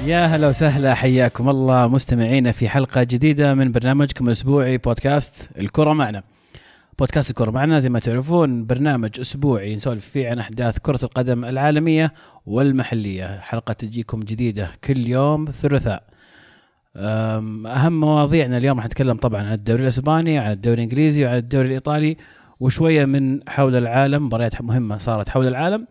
يا هلا وسهلا، حياكم الله مستمعينا في حلقة جديدة من برنامجكم الأسبوعي بودكاست الكرة معنا. بودكاست الكرة معنا زي ما تعرفون برنامج أسبوعي نسولف فيه عن أحداث كرة القدم العالمية والمحلية. حلقة تجيكم جديدة كل يوم ثلاثاء. أهم مواضيعنا اليوم راح نتكلم طبعا عن الدوري الإسباني، عن الدوري الإنجليزي، وعن الدوري الإيطالي، وشوية من حول العالم، مباريات مهمة صارت حول العالم.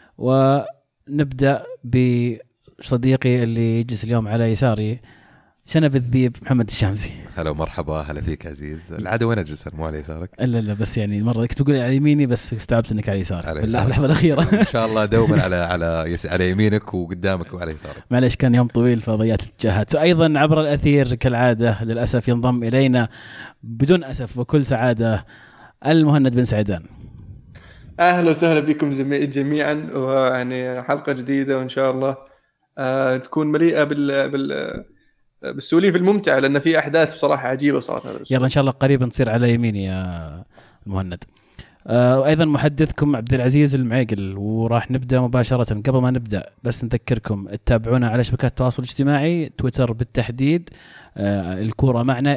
ونبدأ بصديقي اللي يجلس اليوم على يساري، شنب الذيب، محمد الشامسي. هلا ومرحبا، هلا فيك عزيز. العادة وين أجلس، مو على يسارك؟ لا بس يعني المرة كنت تقول على يميني بس استوعبت انك على يسارك بالله اللحظة الأخيرة. إن شاء الله دوما على يمينك وقدامك وعلى يسارك. معلش كان يوم طويل فضيعت الاتجاهات. وأيضا عبر الأثير كالعادة للأسف ينضم إلينا بدون أسف وكل سعادة المهند بن سعيدان. أهلا وسهلا فيكم جميعا، ويعني حلقة جديدة وإن شاء الله تكون مليئة بالسواليف الممتعة، لأن في أحداث بصراحة عجيبة صارت. يلا إن شاء الله قريبا تصير على يميني يا المهند. وأيضا محدثكم عبد العزيز المعيقل. وراح نبدأ مباشرة. قبل ما نبدأ بس نذكركم تتابعونا على شبكات التواصل الاجتماعي، تويتر بالتحديد الكورة معنا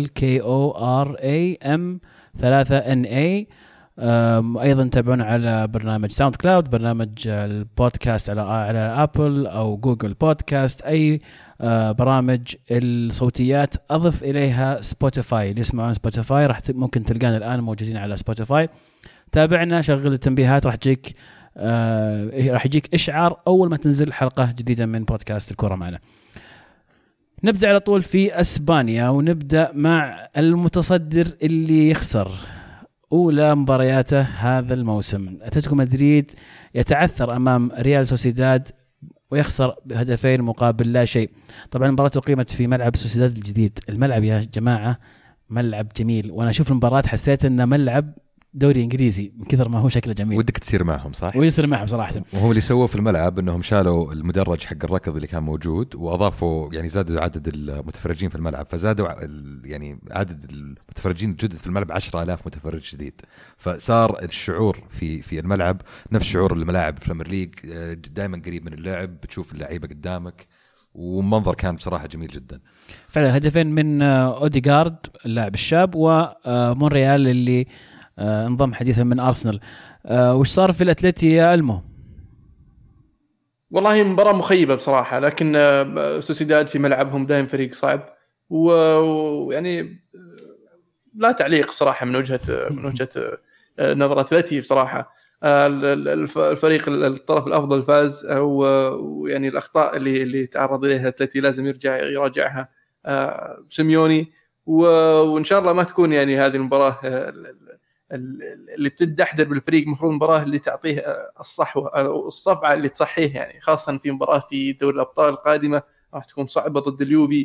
ALKORAM3NA. أيضا تابعونا على برنامج ساوند كلاود، برنامج البودكاست على أبل أو جوجل بودكاست، أي برامج الصوتيات. أضف إليها سبوتيفاي، اللي يسمعون سبوتيفاي ممكن تلقانا الآن موجودين على سبوتيفاي. تابعنا، شغل التنبيهات، راح يجيك إشعار أول ما تنزل حلقة جديدة من بودكاست الكرة معنا. نبدأ على طول في أسبانيا، ونبدأ مع المتصدر اللي يخسر أولى مبارياته هذا الموسم. أتلتيكو مدريد يتعثر أمام ريال سوسيداد ويخسر بهدفين مقابل لا شيء. طبعا المباراة أقيمت في ملعب سوسيداد الجديد. الملعب يا جماعة ملعب جميل، وأنا أشوف المباراة حسيت أنه ملعب دوري إنجليزي من كثر ما هو شكله جميل. ودك تصير معهم صح؟ ويصير معهم صراحة. وهم اللي سووا في الملعب أنهم شالوا المدرج حق الركض اللي كان موجود، وأضافوا يعني زادوا عدد المتفرجين في الملعب، فزادوا يعني عدد المتفرجين الجدد في الملعب 10,000 متفرج جديد. فصار الشعور في الملعب نفس شعور الملاعب البريمير ليج، دائما قريب من اللعب، بتشوف اللعيبة قدامك، ومنظر كان بصراحة جميل جدا. فعلا هدفين من أوديغارد اللاعب الشاب، ومونريال اللي انضم حديثا من أرسنال. وش صار في الأتلتي يا ألمو؟ والله مباراة مخيبة بصراحة، لكن سوسيداد في ملعبهم دائم فريق صعب، ويعني لا تعليق صراحة من وجهة نظر أتلتي بصراحة. الفريق الطرف الأفضل فاز، ويعني الأخطاء اللي تعرض إليها أتلتي لازم يراجعها سيميوني، وإن شاء الله ما تكون يعني هذه المباراة اللي بتدحدر بالفريق. مفروض المباراة اللي تعطيه الصحوة أو الصفعة اللي تصحيه، يعني خاصة في مباراة في دوري الأبطال القادمة راح تكون صعبة ضد اليوفي.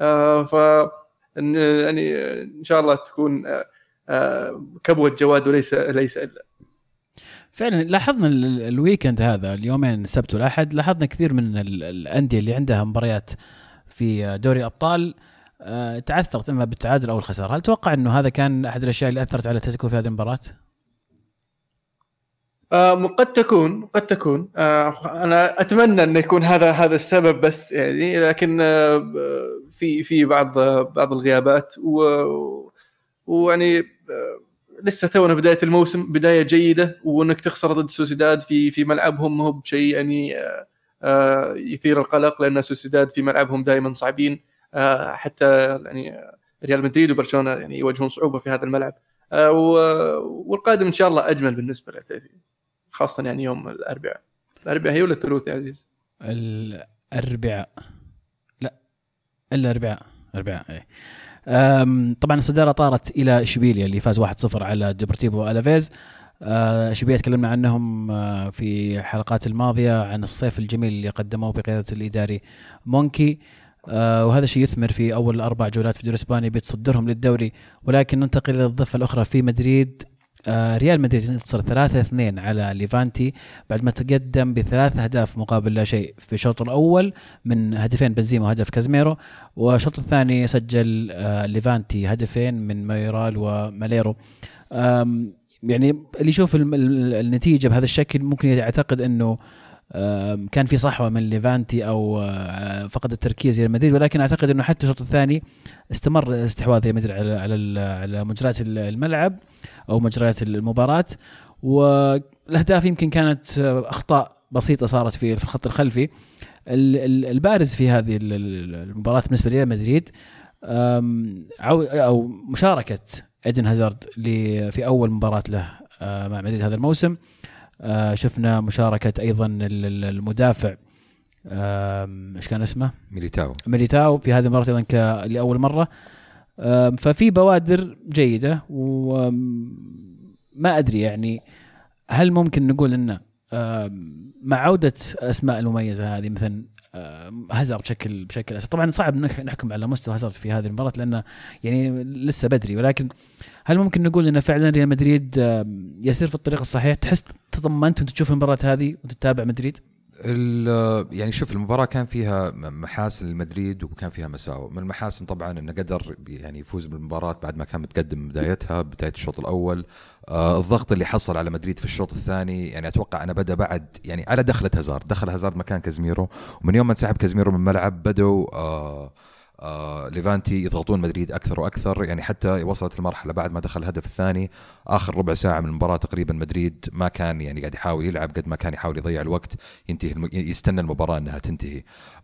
يعني إن شاء الله تكون كبوة جواد وليس إلا. فعلا لاحظنا الويكند هذا، اليومين السبت والأحد، لاحظنا كثير من الأندية اللي عندها مباريات في دوري الأبطال تعثرت إما بالتعادل أو الخسارة. هل توقع أنه هذا كان أحد الأشياء اللي أثرت على أتلتيكو في هذه المباراة؟ قد تكون أنا أتمنى أن يكون هذا السبب، بس يعني لكن في بعض الغيابات، ويعني لسه تونا بداية الموسم، بداية جيدة، وأنك تخسر ضد سوسيداد في ملعبهم هو بشيء يعني يثير القلق، لأن سوسيداد في ملعبهم دائما صعبين. حتى يعني ريال مدريد وبرشلونة يعني يواجهون صعوبة في هذا الملعب. والقادم إن شاء الله أجمل بالنسبة لأتلتي، خاصة يعني يوم الأربعاء هي ولا الثلاثاء يا عزيز؟ الأربعاء، لا الأربعاء إيه. طبعا الصدارة طارت إلى إشبيليا اللي فاز 1-0 على ديبورتيفو ألافيز. إشبيليا تكلمنا عنهم في الحلقات الماضية، عن الصيف الجميل اللي قدموه بقيادة الإداري مونكي، وهذا شيء يثمر في أول 4 جولات في الدوري الإسباني بتصدرهم للدوري. ولكن ننتقل إلى الضفة الأخرى في مدريد. ريال مدريد ينتصر 3-2 على ليفانتي بعد ما تقدم ب3 أهداف مقابل لا شيء في الشوط الأول من هدفين بنزيما وهدف كازميرو، والشوط الثاني سجل ليفانتي هدفين من مايورال وماليرو. يعني اللي يشوف النتيجة بهذا الشكل ممكن يعتقد أنه كان في صحوة من ليفانتي أو فقد التركيز ريال مدريد، ولكن أعتقد أنه حتى الشوط الثاني استمر استحواذ ريال مدريد على مجريات الملعب أو مجريات المباراة، والأهداف يمكن كانت أخطاء بسيطة صارت في الخط الخلفي. البارز في هذه المباراة بالنسبة لريال مدريد أو مشاركة إيدن هازارد في أول مباراة له مع مدريد هذا الموسم. شفنا مشاركة أيضا المدافع إيش كان اسمه ميليتاو في هذه المباراة أيضا لأول مرة. ففي بوادر جيدة، وما أدري يعني هل ممكن نقول إن مع عودة الأسماء المميزة هذه مثلا هازارد بشكل أساسي. طبعا صعب نحكم على مستوى هازارد في هذه المباراة لأنه يعني لسه بدري، ولكن هل ممكن نقول إن فعلا ريال مدريد يسير في الطريق الصحيح؟ تحس تطمنت وانت تشوف المباراة هذه وتتابع مدريد؟ يعني شوف المباراة كان فيها محاسن للمدريد وكان فيها مساوئ. من المحاسن طبعا انه قدر يعني يفوز بالمباراة بعد ما كان متقدم من بداية الشوط الأول. الضغط اللي حصل على مدريد في الشوط الثاني يعني أتوقع أنا بدأ بعد يعني على دخل هازارد مكان كازميرو، ومن يوم ما انسحب كازميرو من الملعب بدأوا ليفانتي يضغطون مدريد أكثر وأكثر. يعني حتى وصلت المرحلة بعد ما دخل الهدف الثاني آخر ربع ساعة من المباراة تقريبا مدريد ما كان يعني قاعد يحاول يلعب قد ما كان يحاول يضيع الوقت، يستنى المباراة أنها تنتهي.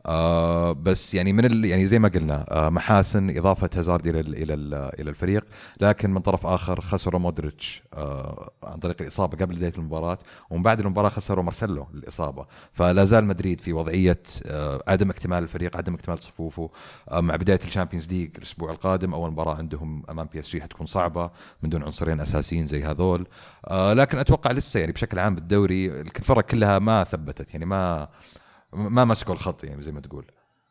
بس يعني يعني زي ما قلنا محاسن إضافة هازارد إلى الفريق، لكن من طرف آخر خسروا مودريتش عن طريق الإصابة قبل بداية المباراة، ومن بعد المباراة خسروا مارسيلو للإصابة. فلا زال مدريد في وضعية عدم اكتمال الفريق، عدم اكتمال صفوفه. مع بداية الشامبيونز ليج الأسبوع القادم أول مباراة عندهم أمام بي اس جي حتكون صعبة من دون عنصرين أساسيين زي هذول. لكن أتوقع لسه يعني بشكل عام بالدوري الفرق كلها ما ثبتت، يعني ما مسكوا الخط يعني زي ما تقول.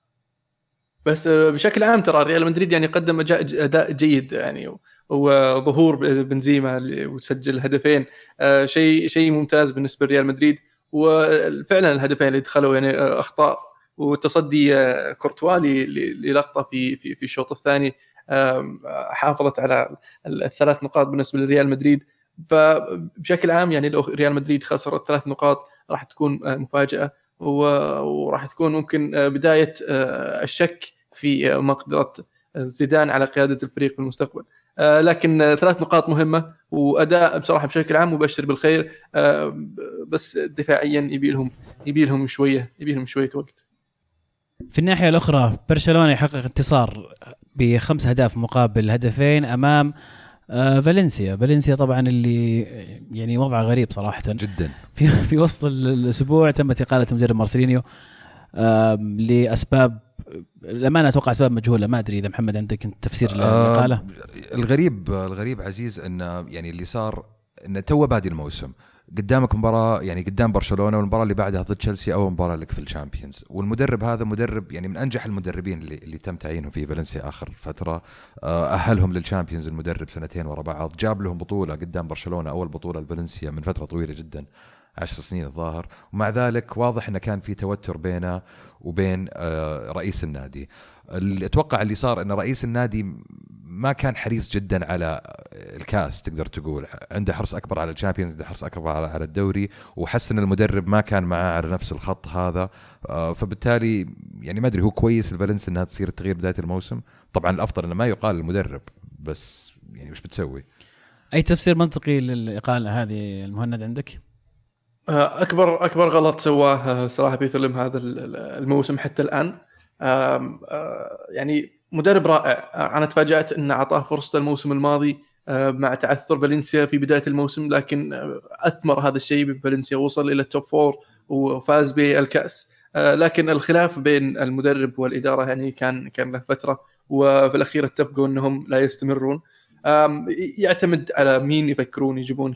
بس بشكل عام ترى ريال مدريد يعني قدم أداء جيد يعني، وظهور بنزيما اللي وسجل هدفين شيء ممتاز بالنسبة لريال مدريد. وفعلا الهدفين اللي دخلوا يعني أخطاء، وتصدي كورتوالي للقطة في الشوط الثاني حافظت على الثلاث نقاط بالنسبة لريال مدريد. فبشكل عام يعني لو ريال مدريد خسر الثلاث نقاط راح تكون مفاجأة، وراح تكون ممكن بداية الشك في مقدرة زيدان على قيادة الفريق في المستقبل. لكن ثلاث نقاط مهمة وأداء بصراحة بشكل عام مبشر بالخير. بس دفاعيا يبي لهم شوية وقت. في الناحية الأخرى برشلونة يحقق انتصار ب5 أهداف مقابل هدفين أمام فالنسيا طبعا اللي يعني وضع غريب صراحة جدا. في وسط الأسبوع تمت إقالة مدرب مارسيلينيو لأسباب لما أنا أتوقع أسباب مجهولة. ما أدري إذا محمد عندك تفسير للإقالة. الغريب عزيز أن يعني اللي صار أن تو بادي الموسم قدامك مباراة يعني قدام برشلونة، والمباراة اللي بعدها ضد تشيلسي أو مباراة لك في الشامبيونز، والمدرب هذا مدرب يعني من أنجح المدربين اللي تم تعيينه في فالنسيا آخر فترة. أهلهم للشامبيونز المدرب 2 ورا بعض، جاب لهم بطولة قدام برشلونة أول بطولة لفالنسيا من فترة طويلة جدا 10 سنين الظاهر. ومع ذلك واضح أنه كان في توتر بينه وبين رئيس النادي. اللي أتوقع اللي صار أن رئيس النادي ما كان حريص جدا على الكاس، تقدر تقول عنده حرص أكبر على الشامبيونز، عنده حرص أكبر على الدوري، وحس أن المدرب ما كان معاه على نفس الخط هذا. فبالتالي يعني ما أدري هو كويس الفالنس أنها تصير التغيير بداية الموسم. طبعا الأفضل أنه ما يقال المدرب، بس يعني وش بتسوي؟ أي تفسير منطقي للإقالة هذه المهند عندك؟ أكبر غلط سواه صراحة بيتر ليم هذا الموسم حتى الآن. يعني مدرب رائع. أنا تفاجأت أن أعطاه فرصة الموسم الماضي مع تعثر فالنسيا في بداية الموسم، لكن أثمر هذا الشيء بفالنسيا، وصل إلى التوب 4 وفاز بالكأس. لكن الخلاف بين المدرب والإدارة يعني كان له فترة، وفي الأخير اتفقوا أنهم لا يستمرون. يعتمد على مين يفكرون يجيبون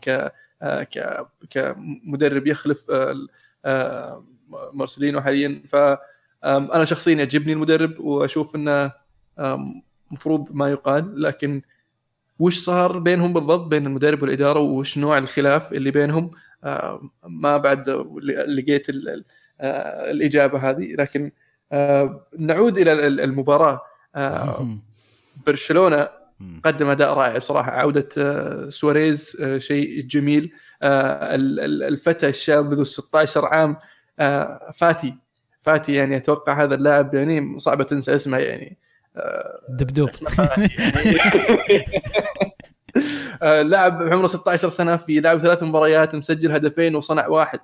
كمدرب يخلف مارسيلينو حاليا. فأنا شخصيا يعجبني المدرب وأشوف أنه مفروض ما يقال، لكن وش صار بينهم بالضبط بين المدرب والإدارة وش نوع الخلاف اللي بينهم ما بعد لقيت الإجابة هذه. لكن نعود إلى المباراة. برشلونة قدم أداء رائع بصراحة. عودة سواريز شيء جميل. الفتى الشاب ذو 16 عام فاتي يعني اتوقع هذا اللاعب يعني صعبه تنسى اسمه يعني دبدوب لاعب عمره 16 سنه في لعب 3 مباريات مسجل هدفين وصنع 1.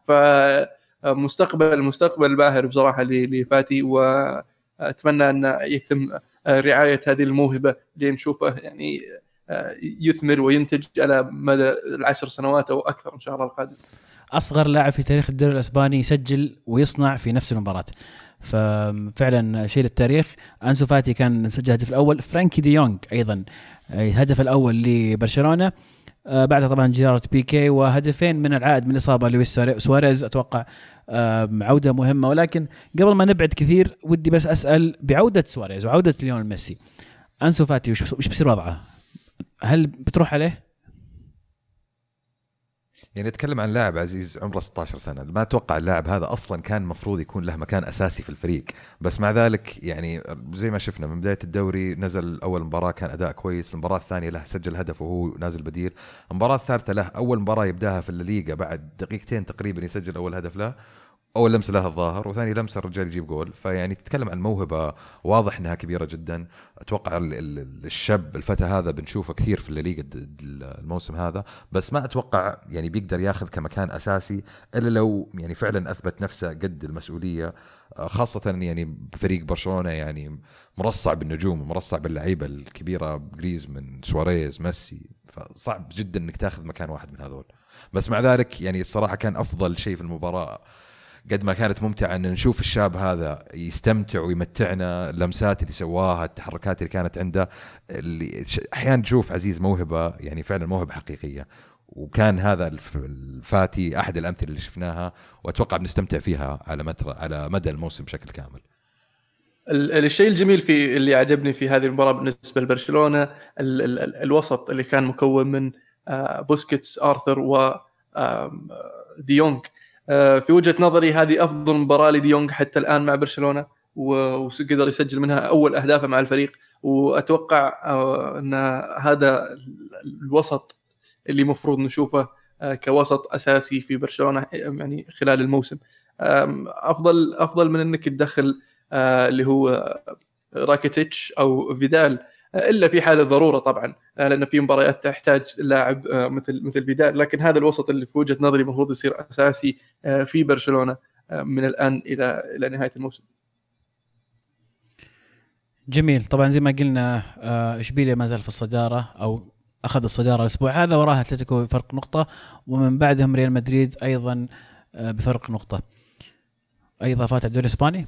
فمستقبل باهر بصراحه لفاتي واتمنى ان يتم رعايه هذه الموهبه اللي نشوفه يعني يثمر وينتج على مدى 10 سنوات او اكثر ان شاء الله القادم. اصغر لاعب في تاريخ الدوري الاسباني يسجل ويصنع في نفس المباراه، ففعلا شيء للتاريخ. أنسو فاتي كان سجل الهدف الأول، فرانكي دي يونغ أيضا الهدف الأول لبرشلونة، بعدها طبعا جيرارد بيكي، وهدفين من العائد من الإصابة لويس سواريز. أتوقع عودة مهمة، ولكن قبل ما نبعد كثير ودي بس أسأل بعودة سواريز وعودة ليونيل ميسي، أنسو فاتي وش بيصير وضعه؟ هل بتروح عليه؟ يعني نتكلم عن لاعب عزيز عمره 16 سنة، ما أتوقع اللاعب هذا أصلا كان مفروض يكون له مكان أساسي في الفريق، بس مع ذلك يعني زي ما شفنا من بداية الدوري نزل أول مباراة كان أداء كويس، المباراة الثانية له سجل هدف وهو نازل بديل، المباراة الثالثة له أول مباراة يبداها في الليغا بعد دقيقتين تقريبا يسجل أول هدف له، أول لمسة له الظاهر وثاني لمسة الرجال يجيب جول. فيعني تتكلم عن موهبة واضح أنها كبيرة جدا. أتوقع الشاب الفتى هذا بنشوفه كثير في الليغا الموسم هذا، بس ما أتوقع يعني بيقدر ياخذ كمكان أساسي إلا لو يعني فعلا أثبت نفسه قد المسؤولية، خاصة يعني بفريق برشلونة يعني مرصع بالنجوم ومرصع باللعيبة الكبيرة، جريزمان، سواريز، ميسي، فصعب جدا إنك تاخذ مكان واحد من هذول. بس مع ذلك يعني الصراحة كان أفضل شيء في المباراة قد ما كانت ممتعة أن نشوف الشاب هذا يستمتع ويمتعنا، اللمسات اللي سواها، التحركات اللي كانت عنده، اللي أحيانا تشوف عزيز موهبة يعني فعلا موهبة حقيقية، وكان هذا الفاتي أحد الأمثلة اللي شفناها، وأتوقع بنستمتع فيها على مدى الموسم بشكل كامل. الشيء الجميل في اللي عجبني في هذه المباراة بالنسبة لبرشلونة الوسط اللي كان مكون من بوسكيتس، آرثر وديونغ. في وجهة نظري هذه أفضل مباراة لديونغ حتى الآن مع برشلونة، وقدر يسجل منها أول أهدافه مع الفريق. وأتوقع أن هذا الوسط اللي مفروض نشوفه كوسط أساسي في برشلونة يعني خلال الموسم. أفضل من أنك تدخل اللي هو راكيتيتش أو فيدال، إلا في حالة ضرورة طبعا، لأن في مباريات تحتاج لاعب مثل فيدال، لكن هذا الوسط اللي في وجهة نظري المفروض يصير أساسي في برشلونة من الآن إلى نهاية الموسم. جميل. طبعا زي ما قلنا إشبيلية ما زال في الصدارة أو أخذ الصدارة الأسبوع هذا، وراها أتلتيكو بفرق نقطة، ومن بعدهم ريال مدريد أيضا بفرق نقطة. أي إضافات على الدوري الإسباني؟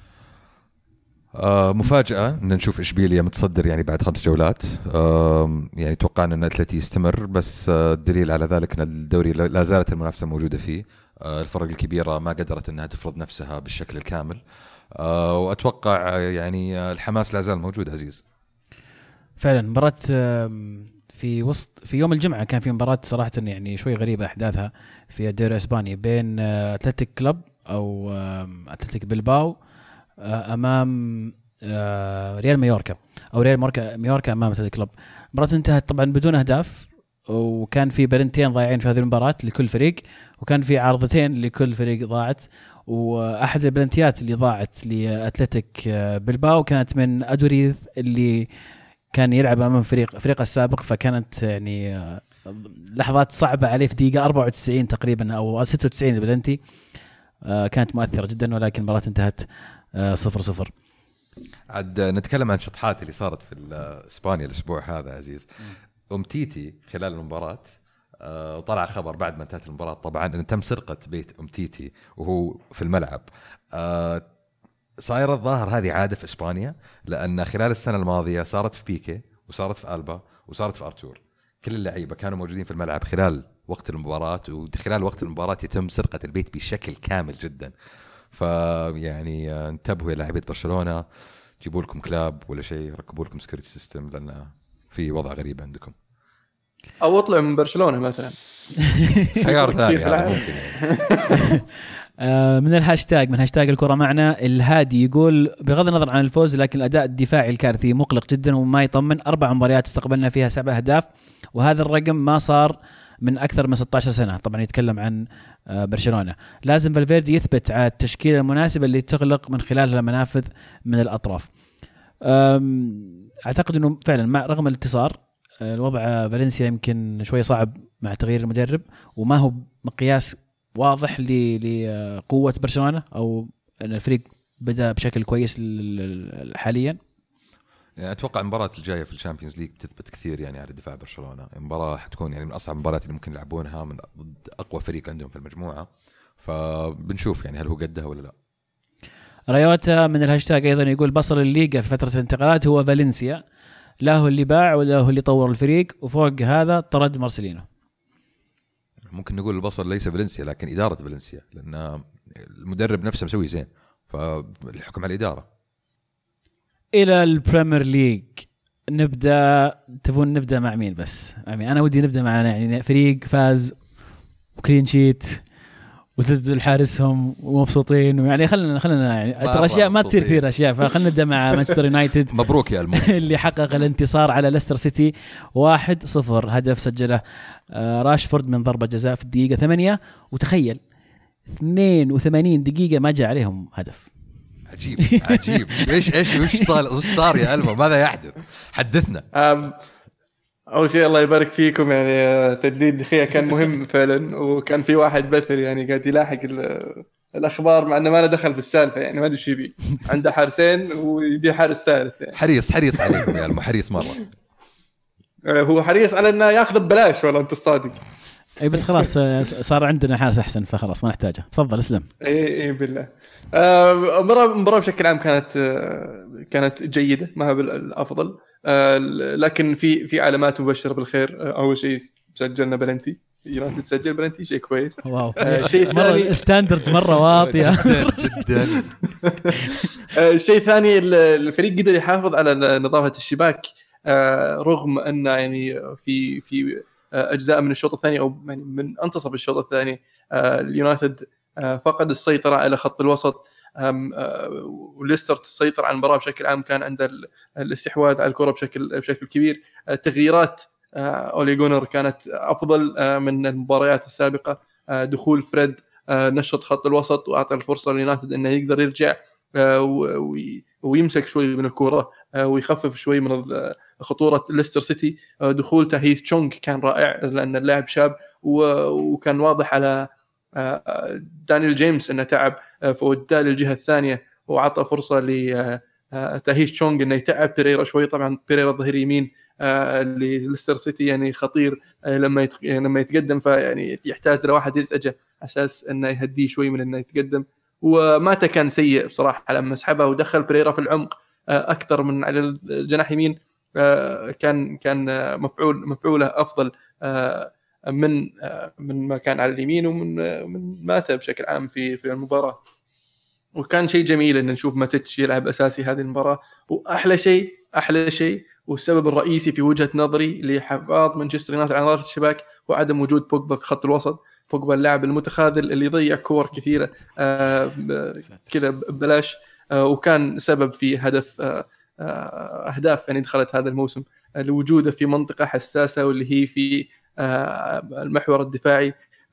مفاجأة أن نشوف إشبيلية متصدر يعني بعد 5 جولات. يعني توقعنا أن أتلتي يستمر، بس الدليل على ذلك أن الدوري لا زالت المنافسة موجودة فيه. الفرق الكبيرة ما قدرت أنها تفرض نفسها بالشكل الكامل، وأتوقع يعني الحماس لا زال موجود عزيز. فعلا مباراة في يوم الجمعة كان في مباراة صراحة يعني شوي غريبة أحداثها في الدوري الإسباني بين أتلتيك كلوب أو أتلتيك بلباو امام ريال مايوركا، او ريال مايوركا امام أتلتيك كلوب. المباراة انتهت طبعا بدون اهداف، وكان في بلنتين ضايعين في هذه المباراة لكل فريق، وكان في عارضتين لكل فريق ضاعت. واحد البلنتيات اللي ضاعت لأتلتيك بلباو كانت من أدوريث اللي كان يلعب امام فريق السابق، فكانت يعني لحظات صعبة عليه في دقيقة 94 تقريبا او 96 البلنتي، كانت مؤثرة جدا، ولكن المباراة انتهت 0-0. عاد نتكلم عن شطحات اللي صارت في إسبانيا الأسبوع هذا عزيز. أمتيتي خلال المباراة وطلع خبر بعد ما انتهت المباراة طبعا أن تم سرقة بيت أمتيتي وهو في الملعب. صايرة الظاهر هذه عادة في إسبانيا، لأن خلال السنة الماضية صارت في بيكي وصارت في ألبا وصارت في أرتور، كل اللعيبة كانوا موجودين في الملعب خلال وقت المباراة، وخلال وقت المباراة يتم سرقة البيت بشكل كامل جدا. فيعني انتبهوا يا لاعبين برشلونة، جيبوا لكم كلاب ولا شيء، ركبوا لكم سكيورتي سيستم، لأن في وضع غريب عندكم، أو اطلعوا من برشلونة مثلا. خيار ثاني هذا ممكن من هاشتاج الكرة معنا. الهادي يقول بغض النظر عن الفوز، لكن الأداء الدفاعي الكارثي مقلق جدا وما يطمن. 4 مباريات استقبلنا فيها 7 أهداف، وهذا الرقم ما صار من اكثر من 16 سنه. طبعا يتكلم عن برشلونه. لازم فالفيردي يثبت على التشكيله المناسبه اللي تغلق من خلالها المنافذ من الاطراف. اعتقد انه فعلا مع رغم الانتصار الوضع فالنسيا يمكن شوي صعب مع تغيير المدرب، وما هو مقياس واضح لقوه برشلونه او ان الفريق بدا بشكل كويس حاليا. يعني اتوقع المباراه الجايه في الشامبيونز ليج بتثبت كثير يعني على دفاع برشلونه. المباراه حتكون يعني من اصعب المباريات اللي ممكن يلعبونها من ضد اقوى فريق عندهم في المجموعه، فبنشوف يعني هل هو قدها ولا لا. رايوتا من الهاشتاج ايضا يقول بصل الليغا في فتره الانتقالات هو فالنسيا، لا هو اللي باع ولا هو اللي طور الفريق، وفوق هذا طرد مارسيلينو. ممكن نقول البصل ليس فالنسيا لكن اداره فالنسيا، لان المدرب نفسه مسوي زين، فالحكم على الاداره. الى البريمير ليج نبدا. تبون نبدا مع مين؟ بس انا ودي نبدا مع يعني فريق فاز وكلين شيت وضد الحارسهم ومبسوطين، ويعني خلينا يعني ترى اشياء ما تصير كثير اشياء. فخلينا نبدا مع مانشستر يونايتد. مبروك يا المو اللي حقق الانتصار على ليستر سيتي 1-0. هدف سجله راشفورد من ضربه جزاء في الدقيقه 8، وتخيل 82 دقيقه ما جاء عليهم هدف. عجيب عجيب. ايش صار يا ألمو؟ ماذا يحدث؟ حدثنا. أول شيء الله يبارك فيكم، يعني تجديد دخية كان مهم فعلا، وكان في واحد بثر يعني قاعد يلاحق الأخبار مع أنه ما له دخل في السالفة، يعني ما أدري شو يبي، عنده حارسين ويبي حارس ثالث يعني. حريص عليكم يا المحريص مرة. هو حريص على أنه يأخذ ببلاش، ولا أنت الصادق؟ أي بس خلاص صار عندنا حارس أحسن، فخلاص ما نحتاجه. تفضل اسلم. إيه بالله. مباراة بشكل عام كانت جيدة، ما هي بالأفضل، لكن في علامات مبشرة بالخير. أول شيء سجلنا بلنتي، يونايتد تسجل بلنتي، شيء كويس. واو. شيء ثاني ستاندردز مرة واطية جدا. شيء ثاني الفريق قدر يحافظ على نظافة الشباك، رغم أن يعني في أجزاء من الشوط الثاني أو من أنتصف الشوط الثاني اليونايتد فقد السيطرة على خط الوسط، وليستر تسيطر على المباراة بشكل عام، كان عنده الاستحواذ على الكرة بشكل كبير. تغييرات أولي جونر كانت أفضل من المباريات السابقة. دخول فريد نشط خط الوسط وأعطى الفرصة ليونايتد أنه يقدر يرجع ويمسك شوي من الكرة ويخفف شوي من خطورة ليستر سيتي. دخول تاهيث تشونغ كان رائع لأن اللاعب شاب، وكان واضح على دانيال جيمس أنه تعب، فوداه للجهة الثانية وعطى فرصة لتاهيث تشونغ أنه يتعب بيريرا شوي. طبعا بيريرا ظهير يمين لليستر سيتي يعني خطير لما يتقدم، فيعني يحتاج لواحد يزعجه أساس أنه يهديه شوي من أنه يتقدم. وماتا كان سيء بصراحة لما سحبه ودخل بيريرا في العمق أكثر من على الجناح يمين. كان مفعوله أفضل من ما كان على اليمين، ومن ماتا بشكل عام في المباراة. وكان شيء جميل أن نشوف ماتيتش يلعب أساسي هذه المباراة. وأحلى شيء والسبب الرئيسي في وجهة نظري لحفاظ مانشستر يونايتد على نظافة الشباك هو عدم وجود بوجبا في خط الوسط. بوجبا اللاعب المتخاذل اللي يضيع كور كثيرة كذا ببلاش، وكان سبب في أهداف يعني دخلت هذا الموسم لوجوده في منطقة حساسة واللي هي في المحور الدفاعي.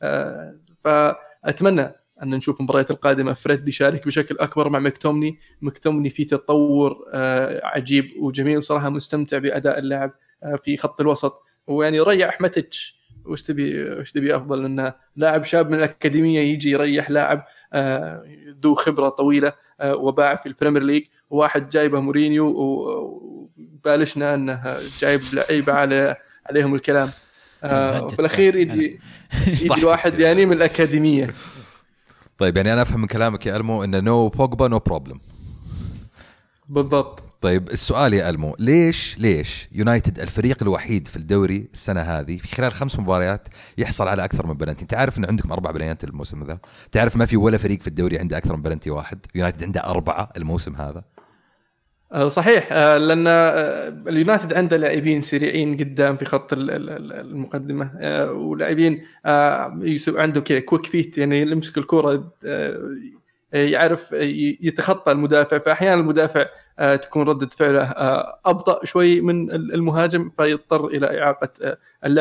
فأتمنى أن نشوف المباريات القادمة فريد يشارك بشكل أكبر مع مكتومني في تطور عجيب وجميل. صراحة مستمتع بأداء اللاعب في خط الوسط، ويعني ريح ماتيتش. وش تبي أفضل أنه لاعب شاب من الأكاديمية يجي يريح لاعب ذو خبرة طويلة وباع في البريمير ليج، وواحد جايبه مورينيو وبالشنا أنه جايب لعيبة عليهم الكلام. في الأخير يجي الواحد يعني من الأكاديمية. طيب يعني أنا أفهم من كلامك يا ألمو إنه نو بوجبا نو بروبلم. بالضبط. طيب السؤال يا ألمو، ليش يونايتد الفريق الوحيد في الدوري السنة هذه في خلال 5 مباريات يحصل على أكثر من بلنتي؟ أنت عارف إن عندكم 4 بلنتيات الموسم ذا، تعرف ما في ولا فريق في الدوري عنده أكثر من بلنتي واحد، يونايتد عنده 4 الموسم هذا. صحيح، لأن اليونايتد عنده لاعبين سريعين قدام في خط المقدمة، ولاعبين عنده كذا كويك فيت، يعني يمسك الكرة يعرف يتخطى المدافع. فأحيانا المدافع تكون ردة فعله أبطأ شوي من المهاجم، فيضطر إلى إعاقة اللاعب.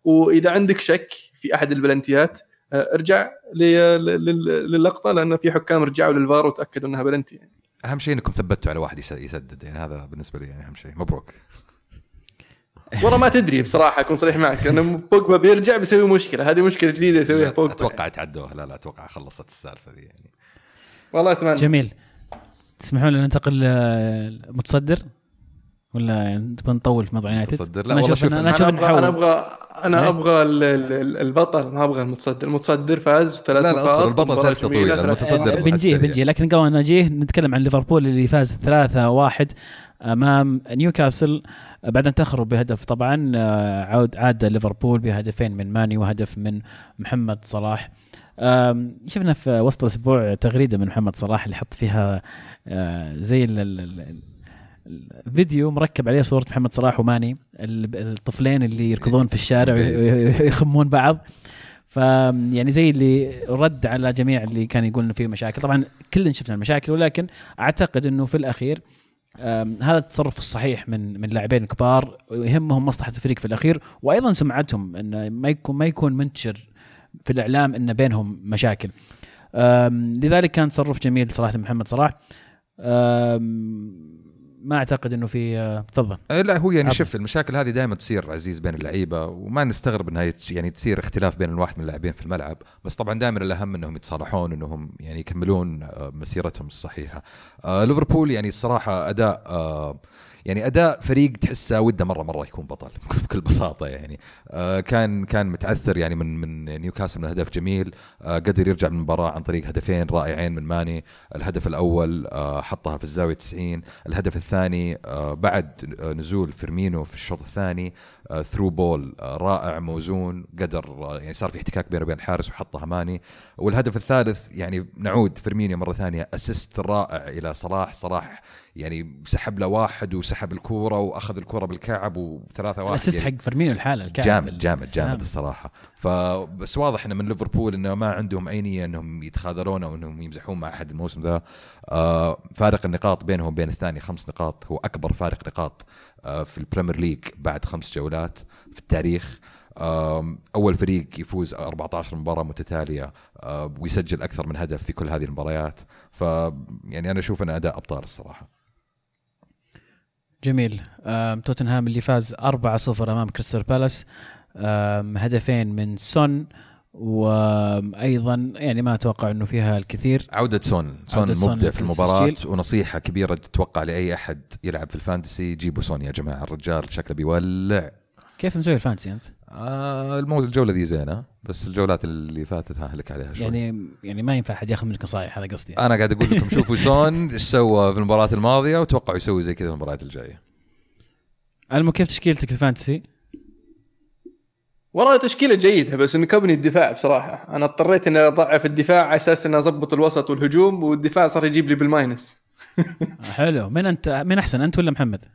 واذا عندك شك في احد البلنتيات ارجع للقطه، لان في حكام رجعوا للفار وتاكدوا انها بلنتي يعني. اهم شيء انكم ثبتوا على واحد يسدد، يعني هذا بالنسبه لي يعني اهم شيء. مبروك. والله ما تدري بصراحه، اكون صريح معك، لانه بوجبا بيرجع بيسوي مشكله، هذه مشكله جديده يسويها بوجبا. اتوقع تعدوها. لا اتوقع خلصت السالفه دي يعني. والله اتمنى. جميل. تسمحون لنا ننتقل متصدر ولا نبغى نطول في موضوع يونايتد؟ متصدر لا والله شوف انا ابغى البطل، ما ابغى المتصدر. المتصدر فاز 3 نقاط. لا اصبر، البطل سالفته طويله. المتصدر بنجيه لكن قبل ما نجيه نتكلم عن ليفربول اللي فاز 3-1 امام نيوكاسل بعد ان تخرج بهدف. طبعا عاد ليفربول بهدفين من ماني وهدف من محمد صلاح. شفنا في وسط الاسبوع تغريده من محمد صلاح اللي حط فيها زي الفيديو مركب عليه صورة محمد صلاح وماني، الطفلين اللي يركضون في الشارع ويخمون بعض. فيعني زي اللي رد على جميع اللي كان يقول إنه فيه مشاكل. طبعا كلنا شفنا المشاكل، ولكن أعتقد إنه في الأخير هذا التصرف الصحيح من لاعبين كبار ويهمهم مصلحة الفريق في الأخير، وأيضا سمعتهم إنه ما يكون منتشر في الإعلام إن بينهم مشاكل. لذلك كان تصرف جميل صراحة محمد صلاح. ما اعتقد انه في تفضل. لا هو يعني شوف المشاكل هذه دائما تصير عزيز بين اللعيبه، وما نستغرب انها يعني تصير اختلاف بين الواحد من اللاعبين في الملعب، بس طبعا دائما الاهم انهم يتصالحون، انهم يعني يكملون مسيرتهم الصحيحه. ليفربول يعني الصراحه اداء فريق تحسه وده مره يكون بطل بكل بساطه يعني. كان متعثر يعني من نيوكاسل من هدف جميل، قدر يرجع من المباراه عن طريق هدفين رائعين من ماني. الهدف الاول حطها في الزاويه 90، الهدف الثاني بعد نزول فيرمينو في الشوط الثاني ثرو بول رائع موزون، قدر يعني صار في احتكاك بينه وبين الحارس وحطها ماني. والهدف الثالث يعني نعود فيرمينيو مرة ثانية اسيست رائع إلى صلاح يعني سحب له واحد وسحب الكورة وأخذ الكورة بالكعب و3-1. الاسيست يعني حق فيرمينيو الحالة الكعب جامد الصراحة. فبس واضح إنه من ليفربول إنه ما عندهم أي نية إنهم يتخاذلون أو إنهم يمزحون مع أحد الموسم ذا. فارق النقاط بينهم وبين الثاني 5 نقاط، هو أكبر فارق نقاط في البريمير ليج بعد 5 جولات في التاريخ. أول فريق يفوز 14 مباراة متتالية ويسجل أكثر من هدف في كل هذه المباريات. يعني أنا أشوف أن أداء أبطال الصراحة. جميل. توتنهام اللي فاز 4-0 أمام كريستال بالاس، هدفين من سون، وأيضا يعني ما أتوقع أنه فيها الكثير. عودة سون مبدع في المباراة، ونصيحة كبيرة تتوقع لأي أحد يلعب في الفانتسي، جيبوا سون يا جماعة، الرجال شكله بيولع. كيف مسوي الفانتسي أنت؟ الجولة دي زينة، بس الجولات اللي فاتت هلك عليها شوي. يعني ما ينفع أحد ياخذ منك نصائح، هذا قصدي يعني. أنا قاعد أقول لكم شوفوا سون إيش سوى في المباراة الماضية وتوقعوا يسوي زي كذا في المباراة الجاية. كيف تشكيلتك في الفانتسي؟ والله تشكيلة جيدة، بس إنه كبني الدفاع بصراحة أنا اضطريت إني أضعف الدفاع على أساس إني أضبط الوسط والهجوم، والدفاع صار يجيب لي بالماينس. حلو. من أحسن أنت ولا محمد؟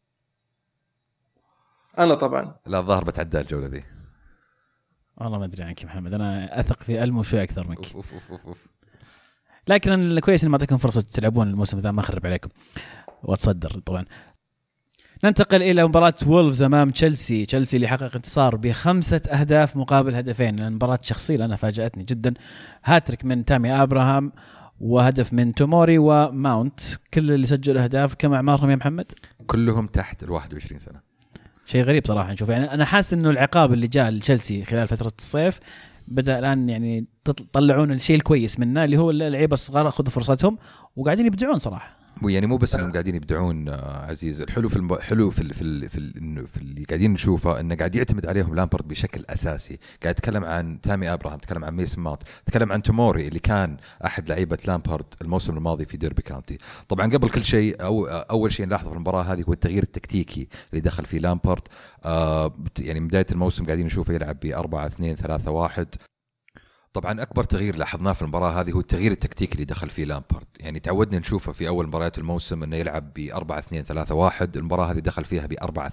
أنا طبعا. لا الظاهر بتعدى الجولة دي. والله ما أدري عنك محمد، أنا أثق في ألمو شوي أكثر منك. أوف. لكن الكويس إن ما أعطيكم فرصة تلعبون الموسم ذا، ما أخرب عليكم وأتصدر طبعا. ننتقل إلى مباراة وولفز أمام تشيلسي اللي حقق انتصار ب5 أهداف مقابل هدفين. المباراة شخصية أنا فاجأتني جدا، هاتريك من تامي أبراهام وهدف من توموري وماونت. كل اللي سجلوا أهداف كم أعمارهم يا محمد؟ كلهم تحت 21 سنة. شيء غريب صراحة نشوف. يعني أنا حاسس إنه العقاب اللي جاء لتشيلسي خلال فترة الصيف بدأ الآن يعني تطلعون الشيء الكويس منه، اللي هو اللعيبة الصغار أخذوا فرصتهم وقاعدين يبدعون صراحة. يعني مو بس انهم قاعدين يبدعون عزيز، الحلو في اللي قاعدين نشوفه انه قاعد يعتمد عليهم لامبرد بشكل اساسي. قاعد يتكلم عن تامي ابراهام، يتكلم عن ميسن ماونت، يتكلم عن توموري اللي كان احد لعيبه لامبرد الموسم الماضي في ديربي كاونتي. طبعا قبل كل شيء اول شيء نلاحظه في المباراه هذه هو التغيير التكتيكي اللي دخل فيه لامبرد. يعني من بدايه الموسم قاعدين نشوفه يلعب ب4-2-3-1. طبعا أكبر تغيير لاحظناه في المباراة هذه هو التغيير التكتيكي اللي دخل فيه لامبارد. يعني تعودنا نشوفه في أول مباريات الموسم إنه يلعب ب4-2-3-1، المباراة هذه دخل فيها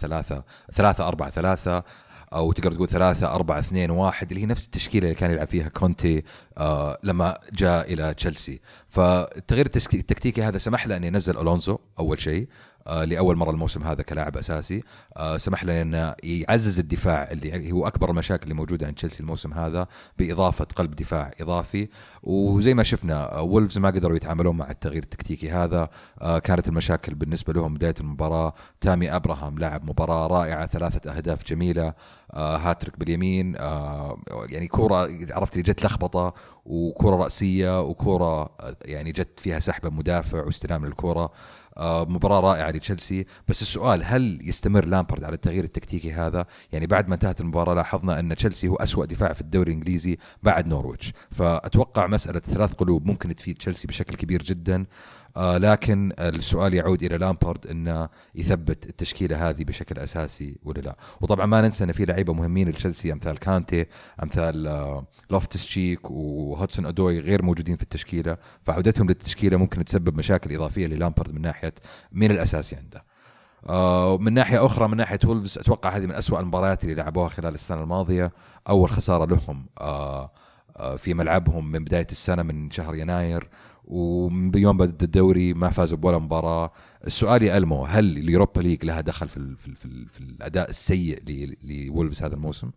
ب4-3-3 أو تقدر تقول 3-4-2-1 اللي هي نفس التشكيلة اللي كان يلعب فيها كونتي لما جاء إلى تشيلسي. فالتغيير التكتيكي هذا سمح له أن ينزل ألونزو أول شيء، لأول مرة الموسم هذا كلاعب أساسي. سمح لنا أنه يعزز الدفاع اللي هو أكبر المشاكل اللي موجودة عند تشيلسي الموسم هذا بإضافة قلب دفاع إضافي. وزي ما شفنا وولفز ما قدروا يتعاملون مع التغيير التكتيكي هذا. كانت المشاكل بالنسبة لهم بداية المباراة. تامي أبراهام لعب مباراة رائعة، 3 أهداف جميلة، هاتريك باليمين، يعني كرة عرفت اللي جت لخبطة وكرة رأسية وكرة يعني جت فيها سحبة مدافع واستلام للكرة. مباراة رائعة لتشيلسي. بس السؤال هل يستمر لامبارد على التغيير التكتيكي هذا؟ يعني بعد ما انتهت المباراة لاحظنا أن تشيلسي هو أسوأ دفاع في الدوري الإنجليزي بعد نورويتش. فأتوقع مسألة 3 قلوب ممكن تفيد تشيلسي بشكل كبير جدا. لكن السؤال يعود إلى لامبارد أنه يثبت التشكيلة هذه بشكل أساسي ولا لا. وطبعا ما ننسى أن في لعيبة مهمين لتشيلسي أمثال كانتي، أمثال لوفتس تشيك وهودسون أدوي غير موجودين في التشكيلة. فعودتهم للتشكيلة ممكن تسبب مشاكل إضافية للامبارد من ناحية من الأساسي عنده. من ناحية أخرى من ناحية وولفز أتوقع هذه من أسوأ المباريات اللي لعبوها خلال السنة الماضية. أول خسارة لهم في ملعبهم من بداية السنة من شهر يناير، وبيوم بدأ الدوري ما فازوا بولا مباراة. السؤال يا ألمو، هل اليوروبا ليج لها دخل في الأداء السيء لولفز هذا الموسم؟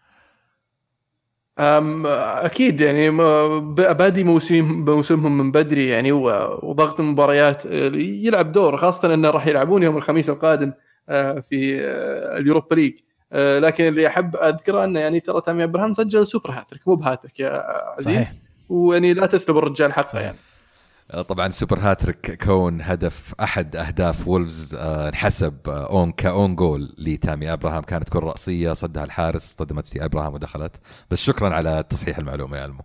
أكيد يعني بادي موسمهم من بدري يعني، وضغط المباريات يلعب دور، خاصة أنه راح يلعبون يوم الخميس القادم في اليوروبا ليج. لكن اللي أحب أذكره أنه يعني ترى تامي أبراهام سجل سوبر هاتريك مو بهاتريك يا عزيز. صحيح. ويعني لا تسلب الرجال حقه يعني. طبعا سوبر هاتريك كون هدف أحد أهداف وولفز انحسب كأون جول لتامي أبراهام. كانت كرة رأسية صدها الحارس، صدمت في أبراهام ودخلت. بس شكرا على تصحيح المعلومة يا ألمو.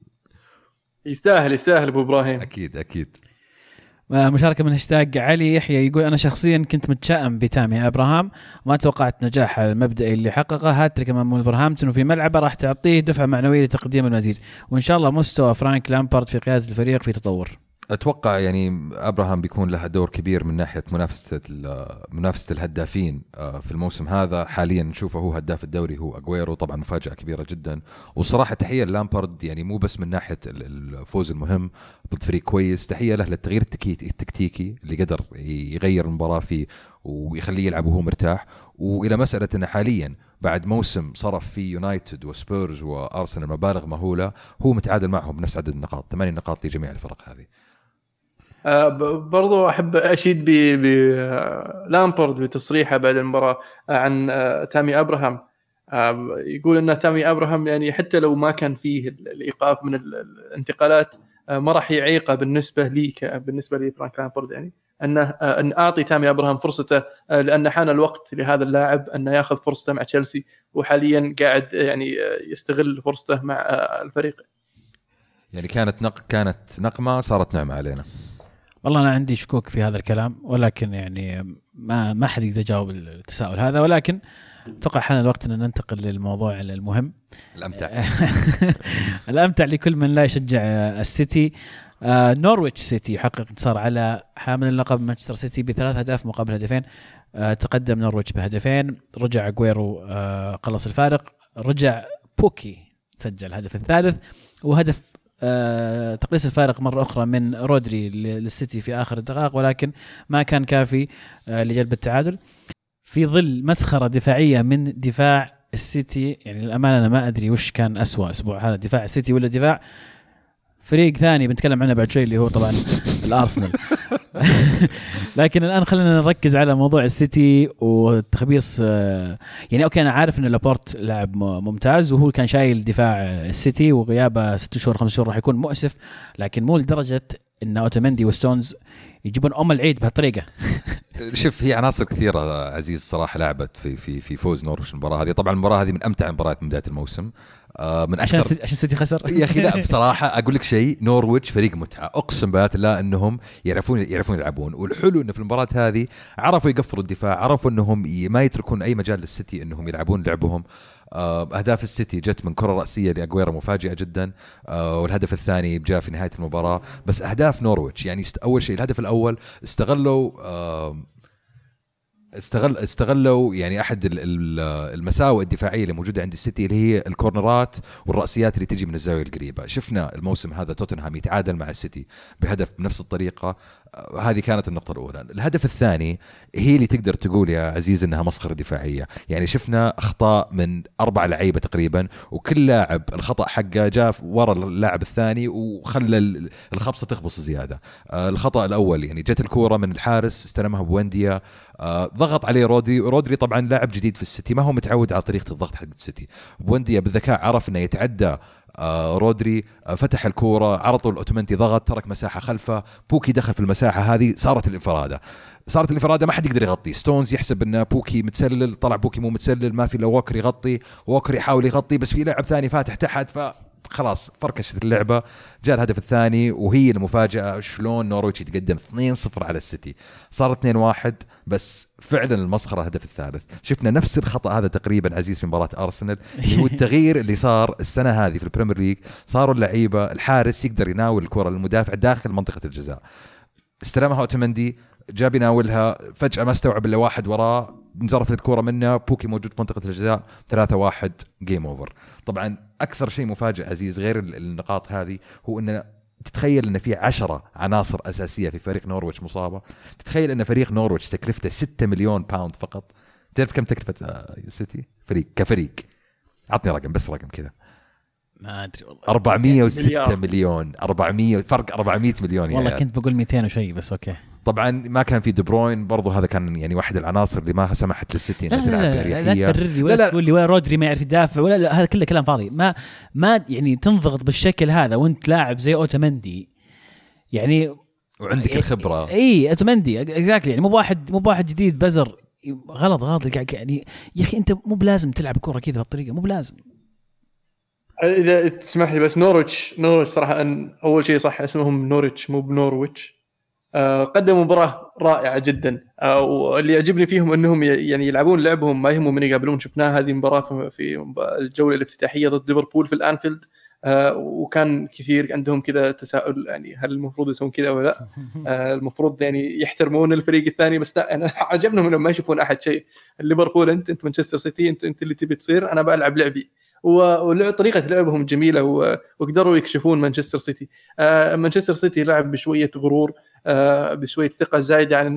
يستاهل أبو إبراهيم. أكيد. مشاركة من هاشتاج علي يحيى يقول أنا شخصيا كنت متشائم بتامي أبراهام، ما توقعت نجاح المبدئي اللي حققه. هاتريك أمام ولفرهامبتون وفي ملعبه راح تعطيه دفعة معنوية لتقديم المزيد، وإن شاء الله مستوى فرانك لامبارد في قيادة الفريق في تطور. أتوقع يعني أبراهام بيكون له دور كبير من ناحية منافسة الهدافين في الموسم هذا. حاليا نشوفه هو هداف الدوري هو أغويرو، طبعا مفاجأة كبيرة جدا. والصراحة تحية لامبارد يعني مو بس من ناحية الفوز المهم ضد فريق كويس، تحية له للتغيير التكتيكي اللي قدر يغير المباراة فيه ويخليه يلعب وهو مرتاح. وإلى مسألة أنه حاليا بعد موسم صرف فيه يونايتد وسبيرز وأرسنال مبالغ مهولة هو متعادل معهم بنفس عدد النقاط، 8 نقاط لجميع الفرق هذه. برضو أحب أشيد بلامبارد بتصريحه بعد المباراة عن تامي أبراهام. يقول أن تامي أبراهام يعني حتى لو ما كان فيه الإيقاف من الانتقالات ما راح يعيقه بالنسبة لي فرانك لامبارد، يعني أن أعطي تامي أبراهام فرصته، لأن حان الوقت لهذا اللاعب أن يأخذ فرصته مع تشيلسي، وحاليا قاعد يعني يستغل فرصته مع الفريق. يعني كانت نقمة صارت نعمة علينا. والله أنا عندي شكوك في هذا الكلام، ولكن يعني ما حد يقدر يجاوب التساؤل هذا. ولكن أتوقع حان الوقت أن ننتقل للموضوع المهم الأمتع لكل من لا يشجع السيتي. نورويتش سيتي يحقق انتصار على حامل اللقب مانشستر سيتي ب3 أهداف مقابل 2. تقدم نورويتش ب2، رجع أغويرو قلص الفارق، رجع بوكي سجل الهدف الثالث، وهدف تقليص الفارق مرة أخرى من رودري للسيتي في آخر الدقائق، ولكن ما كان كافي لجلب التعادل في ظل مسخرة دفاعية من دفاع السيتي. يعني للأمانة أنا ما أدري وش كان أسوأ أسبوع هذا، دفاع السيتي ولا دفاع فريق ثاني بنتكلم عنه بعد شوي اللي هو طبعا الأرسنال. لكن الآن خلينا نركز على موضوع السيتي والتخبيص. يعني أوكي أنا عارف أن لابورت لاعب ممتاز وهو كان شايل دفاع السيتي، وغيابه 6 شهور 5 شهور راح يكون مؤسف، لكن مو لدرجة أن أوتومندي وستونز يجيبون العيد بهالطريقة. شوف هي عناصر كثيرة عزيز صراحة لعبت في فوز نورويتش المباراة هذه. طبعا المباراة هذه من أمتع المباريات من بداية الموسم. من عشان السيتي خسر. يا أخي لا بصراحة أقول لك شيء، نورويتش فريق متعة، أقسم بالله لا أنهم يعرفون يلعبون. والحلو إنه في المباراة هذه عرفوا يقفلوا الدفاع، عرفوا أنهم ما يتركون أي مجال للسيتي أنهم يلعبون لعبهم. أهداف السيتي جت من كرة رأسية لأغويرو مفاجئة جدا، والهدف الثاني جاء في نهاية المباراة. بس أهداف نورويتش يعني أول شيء الهدف الأول استغلوا يعني أحد المساوئ الدفاعية اللي موجودة عند السيتي اللي هي الكورنرات والرأسيات اللي تجي من الزاوية القريبة. شفنا الموسم هذا توتنهام يتعادل مع السيتي بهدف بنفس الطريقة. هذه كانت النقطة الأولى. الهدف الثاني هي اللي تقدر تقول يا عزيز إنها مسخرة دفاعية. يعني شفنا أخطاء من 4 لعيبة تقريبا، وكل لاعب الخطأ حقه جاء ورا اللاعب الثاني وخلى الخبصة تخبص زيادة. الخطأ الأول يعني جت الكورة من الحارس استلمها بوينديا، ضغط عليه رودري طبعا لاعب جديد في السيتي ما هو متعود على طريقة الضغط حق السيتي. بوينديا بالذكاء عرف إنه يتعدى رودري، فتح الكورة على طول أوتومنتي ضغط ترك مساحة خلفه، بوكي دخل في المساحة هذه، صارت الانفرادة ما حد يقدر يغطي. ستونز يحسب ان بوكي متسلل، طلع بوكي مو متسلل، ما في الا ووكر يغطي، ووكر يحاول يغطي بس في لاعب ثاني فاتح تحت، فخلاص فركشت اللعبة. جاء الهدف الثاني وهي المفاجأة، شلون نورويتش يتقدم 2-0 على السيتي، صار 2-1. بس فعلا المسخرة الهدف الثالث شفنا نفس الخطأ هذا تقريبا عزيز في مباراة أرسنال، اللي هو التغيير اللي صار السنة هذه في البريمير ليج. صاروا اللعيبة الحارس يقدر يناول الكرة للمدافع داخل منطقة الجزاء، استلمها أوتمندي جاب يناولها، فجأة ما استوعب إلا واحد وراه، انزرفت الكرة منه، بوكي موجود في منطقة الجزاء، 3-1 جيم أوفر. طبعا أكثر شيء مفاجئ عزيز غير النقاط هذه هو أن تتخيل أن في 10 عناصر أساسية في فريق نورويتش مصابة. تتخيل أن فريق نورويتش تكلفته 6 مليون باوند فقط. تعرف كم تكلفة السيتي فريق كفريق؟ عطني رقم، بس رقم كذا. ما أدري والله. 406 مليون. 400 فرق 400 مليون والله يعني. كنت بقول 200 وشيء بس أوكي. طبعا ما كان في دي بروين برضو، هذا كان يعني واحد العناصر اللي ما سمحت للسيتي انها تلعب بأريحية. لا تبرر لي ولا تقول لي ولا رودري ما يعرف يدافع ولا لا، هذا كله كلام فاضي. ما يعني تنضغط بالشكل هذا وانت لاعب زي اوتومندي يعني، وعندك الخبرة. اي اوتومندي اكزاكتلي، يعني مو بواحد جديد بزر. غلط يعني يا اخي انت مو بلازم تلعب كرة كذا بالطريقة، مو بلازم. اذا تسمح لي بس نورويتش صراحه أن اول شيء صح اسمهم نورويتش مو بنورويتش. قدموا مباراة رائعة جدا، واللي يعجبني فيهم أنهم يعني يلعبون لعبهم، ما يهمهم من يقابلون. شفناها هذه المباراة في الجولة الافتتاحية ضد ليفربول في الأنفيلد، وكان كثير عندهم كذا تساؤل يعني هل المفروض يسوون كذا ولا لا. المفروض يعني يحترمون الفريق الثاني، بس لا، أنا عجبني منهم ما يشوفون أحد شيء. ليفربول أنت مانشستر سيتي، أنت اللي تبي تصير، أنا بلعب لعبي. وطريقة لعبهم جميلة، وقدروا يكشفون مانشستر سيتي. مانشستر سيتي لعب بشوية غرور، بشوية ثقة زايدة عن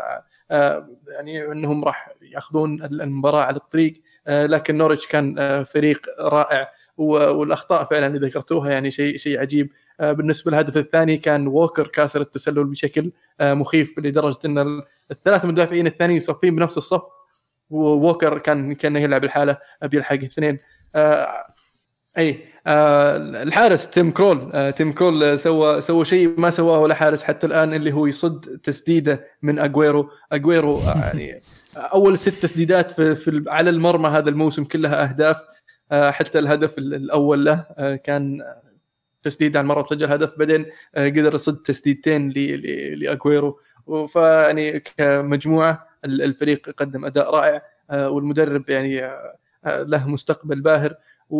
يعني أنهم راح يأخذون المباراة على الطريق. لكن نوريتش كان فريق رائع، والأخطاء فعلا اللي ذكرتوها يعني شيء عجيب. بالنسبة للهدف الثاني كان ووكر كاسر التسلل بشكل مخيف، لدرجة أن الثلاث مدافعين الثانيين صفين بنفس الصف، ووكر كان يلعب الحالة بيلحق اثنين. الحارس تيم كرول سوى شيء ما سواه ولا حارس حتى الآن، اللي هو يصد تسديدة من أغويرو يعني أول 6 تسديدات في على المرمى هذا الموسم كلها أهداف. حتى الهدف الأول له كان تسديد على المرمى وسجل هدف، بعدين قدر يصد تسديدتين لأغويرو. فيعني كمجموعة الفريق قدم أداء رائع، والمدرب يعني له مستقبل باهر.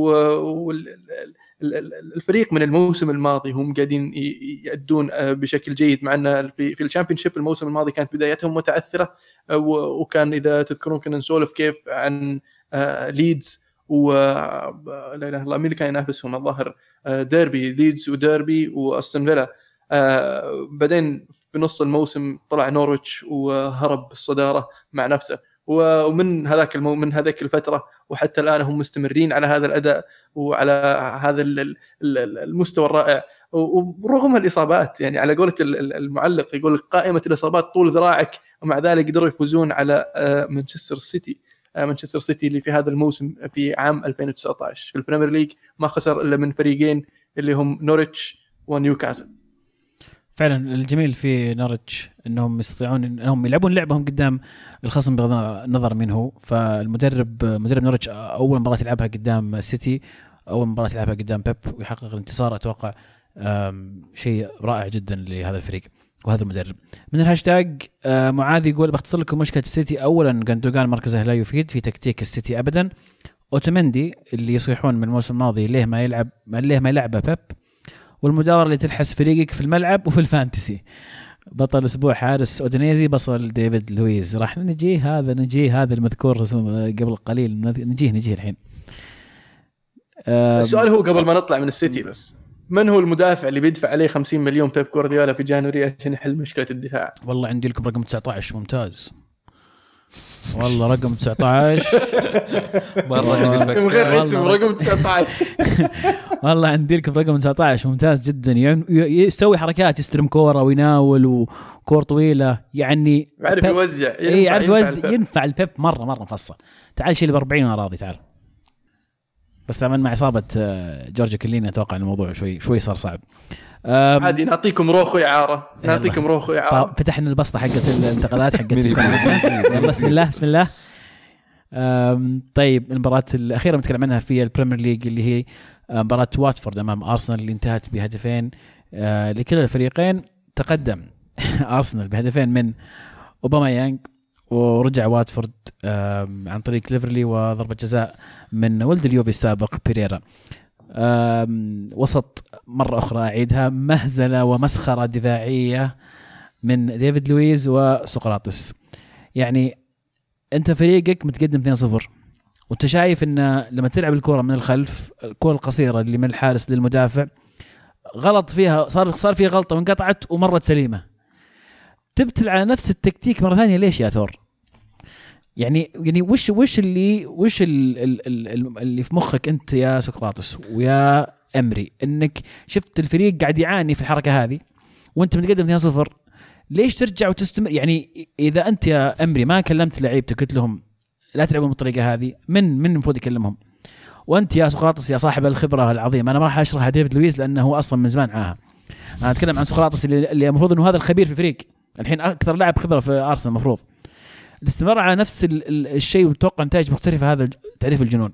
والفريق من الموسم الماضي هم قاعدين يأدون بشكل جيد معنا في الشامبيونشيب. الموسم الماضي كانت بدايتهم متعثرة، وكان إذا تذكرون كنا نسولف كيف عن ليدز لا إله إلا الله، مين اللي كان ينافسهم الظاهر؟ ديربي، ليدز وديربي وأستون فيلا. بعدين في نص الموسم طلع نورويتش وهرب بالصدارة مع نفسه، ومن من هذاك الفترة وحتى الآن هم مستمرين على هذا الأداء وعلى هذا المستوى الرائع، ورغم الإصابات. يعني على قولة المعلق يقول قائمة الإصابات طول ذراعك، ومع ذلك قدروا يفوزون على مانشستر سيتي اللي في هذا الموسم في عام 2019 في البريمير ليج ما خسر إلا من فريقين اللي هم نوريتش ونيوكاسل. فعلا الجميل في نوريتش انهم يستطيعون انهم يلعبون لعبهم قدام الخصم بغض النظر منه. فالمدرب نوريتش اول مباراه يلعبها قدام السيتي، اول مباراه يلعبها قدام بيب ويحقق الانتصار، اتوقع شيء رائع جدا لهذا الفريق وهذا المدرب. من الهاشتاج معاذ يقول باختصر لكم مشكله السيتي. اولا جندوغان مركزه لا يفيد في تكتيك السيتي ابدا. اوتمندي اللي يصيحون من الموسم الماضي ليه ما يلعبه بيب، والمداورة اللي تلحس فريقك في الملعب وفي الفانتسي. بطل أسبوع حارس أودينيزي بصل ديفيد لويز. راح نجيه هذا المذكور قبل قليل، نجيه الحين. السؤال هو قبل ما نطلع من السيتي بس من هو المدافع اللي بيدفع عليه 50 مليون بيب جوارديولا في جانوري عشان يحل مشكلة الدفاع؟ والله عندي لكم رقم 19 ممتاز. والله رقم 19 مرة من غير اسم رقم 19. والله عندي لكم رقم 19 ممتاز جدا. يعني يسوي حركات، يستلم كورة ويناول وكور طويلة، يعني يعرف يوزع. يعرف يوزع، ينفع البيب مرة مفصل. تعال شيل ب40 وانا راضي. تعال بس طبعا مع إصابة جورجو كليني أتوقع الموضوع شوي صار صعب. عادي نعطيكم روخو إعارة. نعطيكم روخو إعارة. فتحنا البسطة حقت الانتقالات حقت يلا بسم الله. طيب المباراة الأخيرة نتكلم عنها في البريمير ليج اللي هي مباراة واتفورد أمام أرسنال اللي انتهت بهدفين لكلا الفريقين. تقدم أرسنال بهدفين من أوباميانغ، ورجع واتفورد عن طريق ليفرلي وضربة جزاء من ولد اليوفي السابق بيريرا. وسط مرة أخرى أعيدها، مهزلة ومسخرة دفاعية من ديفيد لويز وسقراطس. يعني أنت فريقك متقدم 2-0 وأنت شايف إن لما تلعب الكرة من الخلف، الكرة القصيرة اللي من الحارس للمدافع غلط فيها، صار فيها غلطة وانقطعت ومرت سليمة، تبتل على نفس التكتيك مرة ثانية. ليش يا ثور؟ يعني وش اللي في مخك أنت يا سقراطس ويا أمري، إنك شفت الفريق قاعد يعاني في الحركة هذه وأنت متقدم 2-0، ليش ترجع وتستمر؟ يعني إذا أنت يا أمري ما كلمت لعيبتك قلت لهم لا تلعبوا بالطريقة هذه، من المفروض يكلمهم؟ وأنت يا سقراطس يا صاحب الخبرة العظيمة، أنا ما راح أشرح ديفيد لويس لأنه هو أصلا من زمان معاها، أنا أتكلم عن سقراطس اللي المفروض إنه هذا الخبير في الفريق الحين، أكثر لاعب خبرة في أرسنال. المفروض الاستمرار على نفس الشيء وتوقع نتائج مختلفة، هذا تعريف الجنون.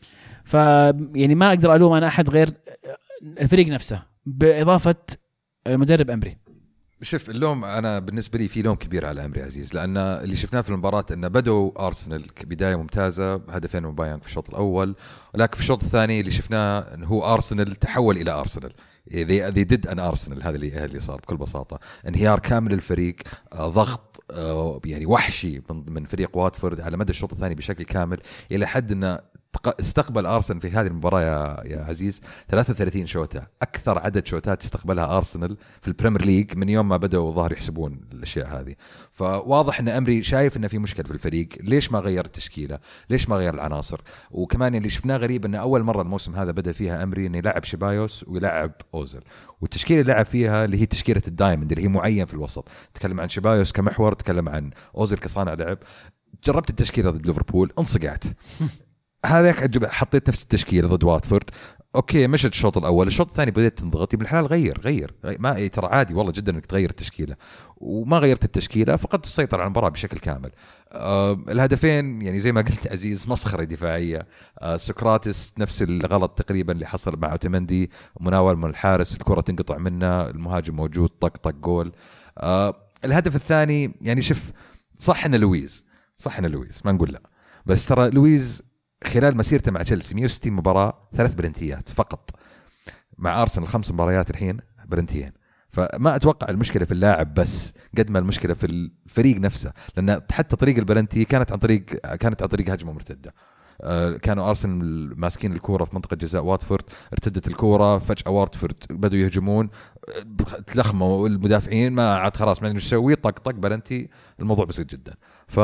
يعني ما أقدر ألوم أنا أحد غير الفريق نفسه بإضافة مدرب أمري. شوف اللوم أنا بالنسبة لي في لوم كبير على أمري عزيز، لأن اللي شفناه في المباراة أن بدأوا أرسنال بداية ممتازة، هدفين من بايان في الشوط الأول، ولكن في الشوط الثاني اللي شفناه أنه هو أرسنال تحول إلى أرسنال. they did an Arsenal. هذا اللي صار بكل بساطة، انهيار كامل الفريق، ضغط يعني وحشي من فريق واتفورد على مدى الشوط الثاني بشكل كامل، إلى حد أنه استقبل أرسنال في هذه المباراة يا عزيز 33 شوطة، أكثر عدد شوطات استقبلها أرسنال في البريمير ليج من يوم ما بدأوا ظهر يحسبون الأشياء هذه. فواضح أن أمري شايف أنه في مشكلة في الفريق. ليش ما غير التشكيلة؟ ليش ما غير العناصر؟ وكمان اللي شفناه غريب أن أول مرة الموسم هذا بدأ فيها أمري أنه يلعب شبايوس ويلعب أوزل، والتشكيلة اللي لعب فيها اللي هي تشكيلة الدايموند اللي هي معين في الوسط. تكلم عن شبايوس كمحور، تكلم عن أوزل كصانع لعب. جربت التشكيلة ضد ليفربول انصقعت. هذاك حطيت نفس التشكيله ضد واتفورد، اوكي مشت الشوط الاول، الشوط الثاني بديت تنضغط، ابن الحلال غير ما ترى عادي والله جدا انك تغير التشكيله، وما غيرت التشكيله فقدت السيطره على المباراه بشكل كامل. الهدفين يعني زي ما قلت عزيز مسخره دفاعيه. سقراطس نفس الغلط تقريبا اللي حصل مع اوتمندي، مناول من الحارس الكره تنقطع منه، المهاجم موجود طق جول. الهدف الثاني يعني شوف صح ان لويز ما نقول لا، بس ترى لويز خلال مسيرته مع تشيلسي 160 مباراة 3 بلنتيات فقط، مع أرسنال 5 مباريات الحين بلنتيين. فما أتوقع المشكلة في اللاعب بس قد ما المشكلة في الفريق نفسه، لأن حتى طريق البلنتي كانت عن طريق هجمة مرتدة. كانوا أرسنال ماسكين الكورة في منطقة جزاء واتفورد، ارتدت الكورة فجأة واتفورد بدوا يهجمون، تلخموا المدافعين ما عاد خلاص ما ندري ايش نسوي، طق بلنتي، الموضوع بسيط جدا.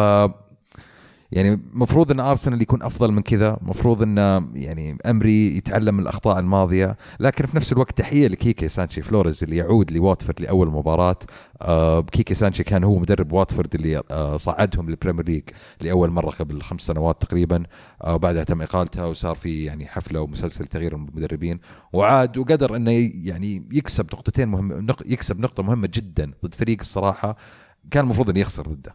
يعني مفروض ان ارسنال يكون افضل من كذا، مفروض ان يعني امري يتعلم من الاخطاء الماضيه، لكن في نفس الوقت تحيه لكيكي سانشي فلوريز اللي يعود لواتفورد لاول مباراه. كيكي سانشي كان هو مدرب واتفورد اللي صعدهم للبريمير ليج لاول مره قبل 5 سنوات تقريبا، وبعدها تم اقالتها وصار في يعني حفله ومسلسل تغيير المدربين، وعاد وقدر انه يعني يكسب نقطه مهمه جدا ضد فريق الصراحه كان المفروض انه يخسر ضده.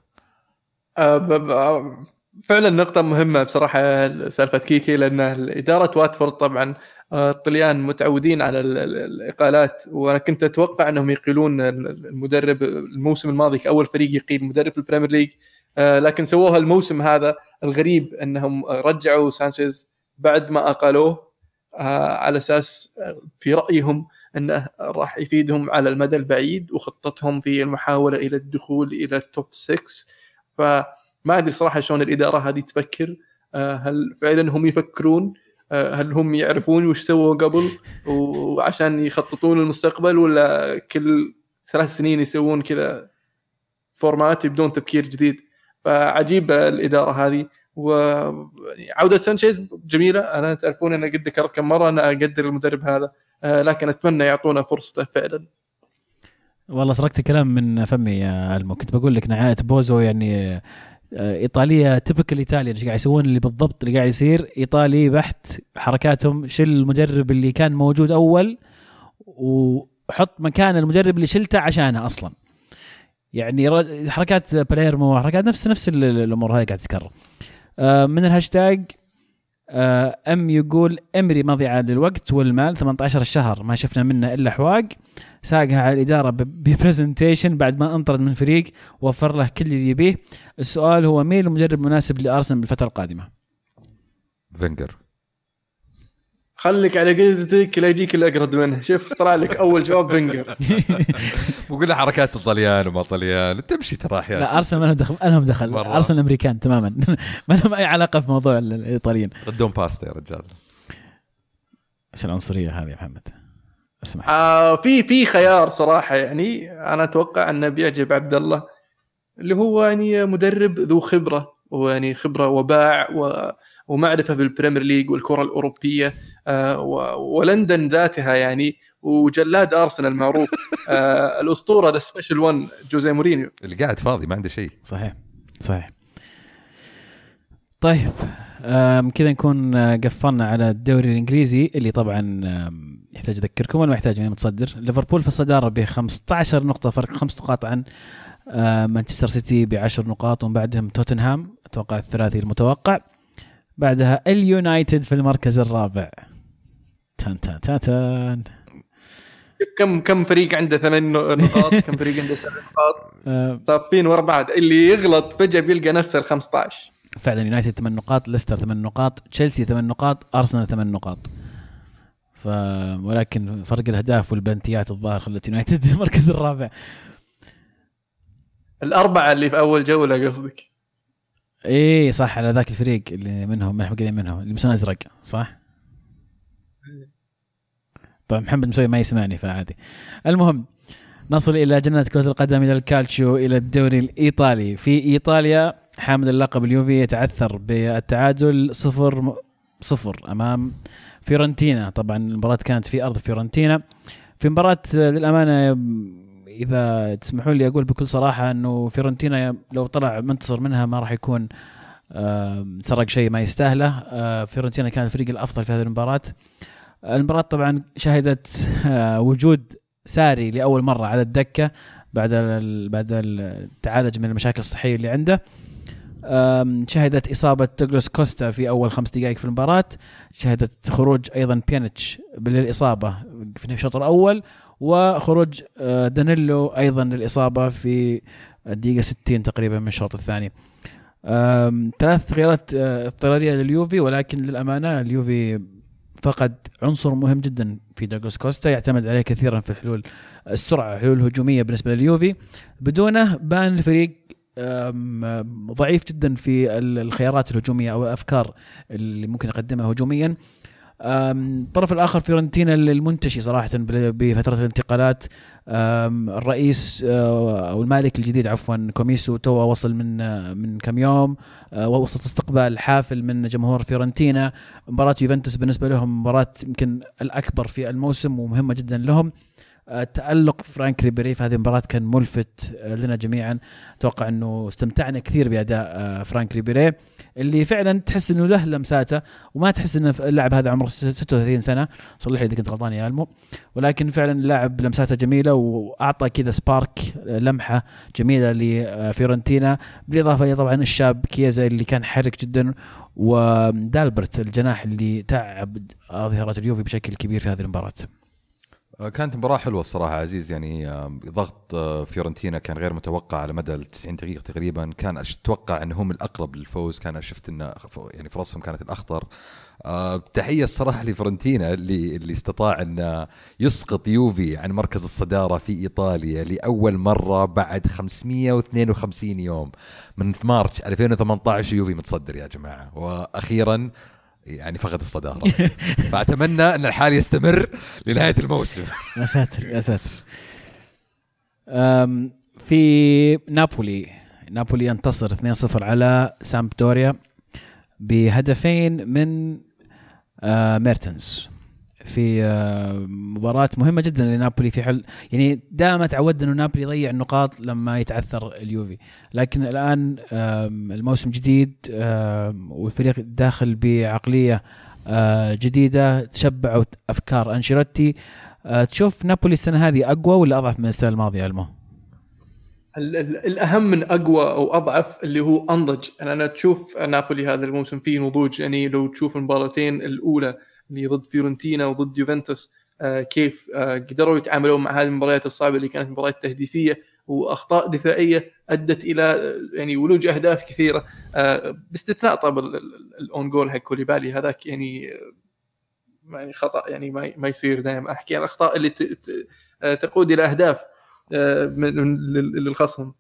فعلا نقطة مهمة بصراحة سالفة كيكي، لأن إدارة واتفورد طبعا الطليان متعودين على الإقالات، وأنا كنت أتوقع أنهم يقيلون المدرب الموسم الماضي كأول فريق يقيل مدرب في البريمير ليج، لكن سووها الموسم هذا. الغريب أنهم رجعوا سانشيز بعد ما أقالوه على أساس في رأيهم أنه راح يفيدهم على المدى البعيد وخطتهم في المحاولة إلى الدخول إلى التوب 6. فما أدري صراحة شلون الإدارة هذه تفكر، هل فعلا هم يفكرون هل هم يعرفون وش سووا قبل وعشان يخططون المستقبل، ولا كل 3 سنين يسوون كذا فورمات بدون تفكير جديد؟ فعجيبة الإدارة هذه. وعودة سانشيز جميلة، أنا تعرفون أنا قد ذكرت كم مرة أنا أقدر المدرب هذا، لكن أتمنى يعطونا فرصته فعلا. والله سرقت كلام من فمي يا المو، كنت بقول لك نهاية بوزو يعني إيطاليا تبكل إيطاليا، قاعد يسوون اللي بالضبط اللي قاعد يصير إيطالي بحت، حركاتهم شل المدرب اللي كان موجود أول وحط مكان المدرب اللي شلته عشانه أصلا، يعني حركات باليرمو، حركات نفس الأمور هاي قاعد تتكرر. من الهاشتاج يقول امري مضيعة للوقت والمال، 18 الشهر ما شفنا منه إلا حواق، ساقها على الإدارة ببرزنتيشن بعد ما انطرد من فريق ووفر له كل اللي يبيه. السؤال هو مين المدرب المناسب لأرسنال بالفترة القادمة؟ فينجر. خليك على قيدتك لا يجيك الأقرد منه. شوف طلع لك أول جواب فينجر. بقول له حركات الطليان وما طليان تمشي ترى أحيانا. لا أرسنال ما لهم دخل أرسنال أمريكان تماما. ما لهم أي علاقة في موضوع الإيطاليين. ردون باستا يا رجال. إيش العنصرية هذه يا محمد؟ اسمح. في خيار صراحة، يعني أنا أتوقع أنه بيعجب عبد الله، اللي هو يعني مدرب ذو خبرة، ويعني خبرة وباع ومعرفة بالبريمير ليج والكرة الأوروبية، ولندن ذاتها يعني، وجلاد أرسنال معروف. الأسطورة السبيشال 1 جوزيه مورينيو اللي قاعد فاضي ما عنده شيء. صحيح. طيب كذا نكون قفلنا على الدوري الإنجليزي، اللي طبعا يحتاج أذكركم ولا ما يحتاج من متصدر. ليفربول في الصدارة ب15 نقطة، فرق 5 نقاط عن مانشستر سيتي ب10 نقاط، ومن بعدهم توتنهام أتوقع الثلاثي المتوقع، بعدها اليونايتد في المركز الرابع. تان كم فريق عنده 8 نقاط، كم فريق عنده 7 نقاط، صافين ورا بعض، اللي يغلط فجأة بيلقى نفسه 15. فعلا يونايتد 8 نقاط، ليستر 8 نقاط، تشيلسي 8 نقاط، أرسنال 8 نقاط. ولكن فرق الأهداف والبلنتيات الظاهر خلت يونايتد المركز الرابع. الأربعة اللي في أول جولة قصدك؟ إيه صح، على ذاك الفريق اللي منهم ما قاعدين منهم اللي بسون أزرق صح. طبعا محمد مسوي ما يسمعني فعادي. المهم نصل إلى جنة كرة القدم، إلى الكالتشيو، إلى الدوري الإيطالي. في إيطاليا حامل اللقب اليوفي يتعثر بالتعادل 0-0 أمام فيورنتينا. طبعا المباراة كانت في أرض فيورنتينا. في مباراة للأمانة إذا تسمحوا لي أقول بكل صراحة أنه فيورنتينا لو طلع منتصر منها ما راح يكون سرق شيء ما يستاهله. فيورنتينا كان الفريق الأفضل في هذه المباراة. المباراة طبعا شهدت وجود ساري لأول مرة على الدكة بعد التعالج من المشاكل الصحية اللي عنده. شهدت إصابة دوغلاس كوستا في أول 5 دقائق في المباراة. شهدت خروج أيضا بيانيتش بالإصابة في الشوط الأول، وخروج دانيلو أيضا للإصابة في الدقيقة 60 تقريبا من الشوط الثاني. 3 تغييرات اضطرارية لليوفي، ولكن للأمانة اليوفي فقد عنصر مهم جدا في دوغلاس كوستا يعتمد عليه كثيرا في حلول السرعة، حلول هجومية بالنسبة لليوفي. بدونه بان الفريق ضعيف جدا في الخيارات الهجومية أو الأفكار اللي ممكن يقدمها هجوميا. الطرف الآخر فيورنتينا المنتشي صراحة بفترة الانتقالات. الرئيس أو المالك الجديد عفوا كوميسو توا وصل من كم يوم، ووصلت استقبال حافل من جمهور فيورنتينا. مباراة يوفنتوس بالنسبة لهم مباراة يمكن الأكبر في الموسم ومهمة جدا لهم. تألق فرانك ريبيري في هذه المباراة كان ملفت لنا جميعا. أتوقع أنه استمتعنا كثير بأداء فرانك ريبيري اللي فعلا تحس أنه له لمساته، وما تحس أنه اللاعب هذا عمره 36 سنة، صلح لي إذا كنت غلطان يا ألمو، ولكن فعلا اللاعب لمساته جميلة وأعطى كذا سبارك، لمحة جميلة لفيورنتينا. بالإضافة إلى طبعا الشاب كيزا اللي كان حرك جدا، ودالبرت الجناح اللي تعب ظهيرة اليوفي بشكل كبير في هذه المباراة. كانت مباراة حلوة الصراحة عزيز، يعني ضغط فيورنتينا كان غير متوقع على مدى 90 دقيقة تقريبا. كان أتوقع أنهم الأقرب للفوز، كان شفت أن يعني فرصهم كانت الأخطر. تحية الصراحة لفيورنتينا اللي استطاع أن يسقط يوفي عن مركز الصدارة في إيطاليا لأول مرة بعد 552 يوم. من مارس 2018 يوفي متصدر يا جماعة، وأخيرا يعني فقد الصدارة. فأتمنى أن الحال يستمر لنهاية الموسم. يا ساتر يا ساتر. في نابولي ينتصر 2-0 على سامبدوريا بهدفين من ميرتنز في مباراة مهمة جدا لنابولي في حل. يعني دائما تعودنا انه نابولي يضيع النقاط لما يتعثر اليوفي، لكن الان الموسم جديد والفريق داخل بعقلية جديدة تشبعوا افكار انشيلوتي. تشوف نابولي السنة هذه اقوى ولا اضعف من السنة الماضية المو؟ الأهم من أقوى أو أضعف اللي هو أنضج. أنا تشوف نابولي هذا الموسم فيه نضوج. يعني لو تشوف المباراتين الأولى اللي ضد فيورنتينا وضد يوفنتوس كيف قدروا يتعاملون مع هذه المباريات الصعبة اللي كانت مباريات تهديفية وأخطاء دفاعية أدت إلى يعني ولوج أهداف كثيرة، باستثناء طبعا الأون جول حق كوليبالي هذاك يعني خطأ يعني ما يصير. دائما أحكي عن الأخطاء اللي تقود إلى أهداف للخصم.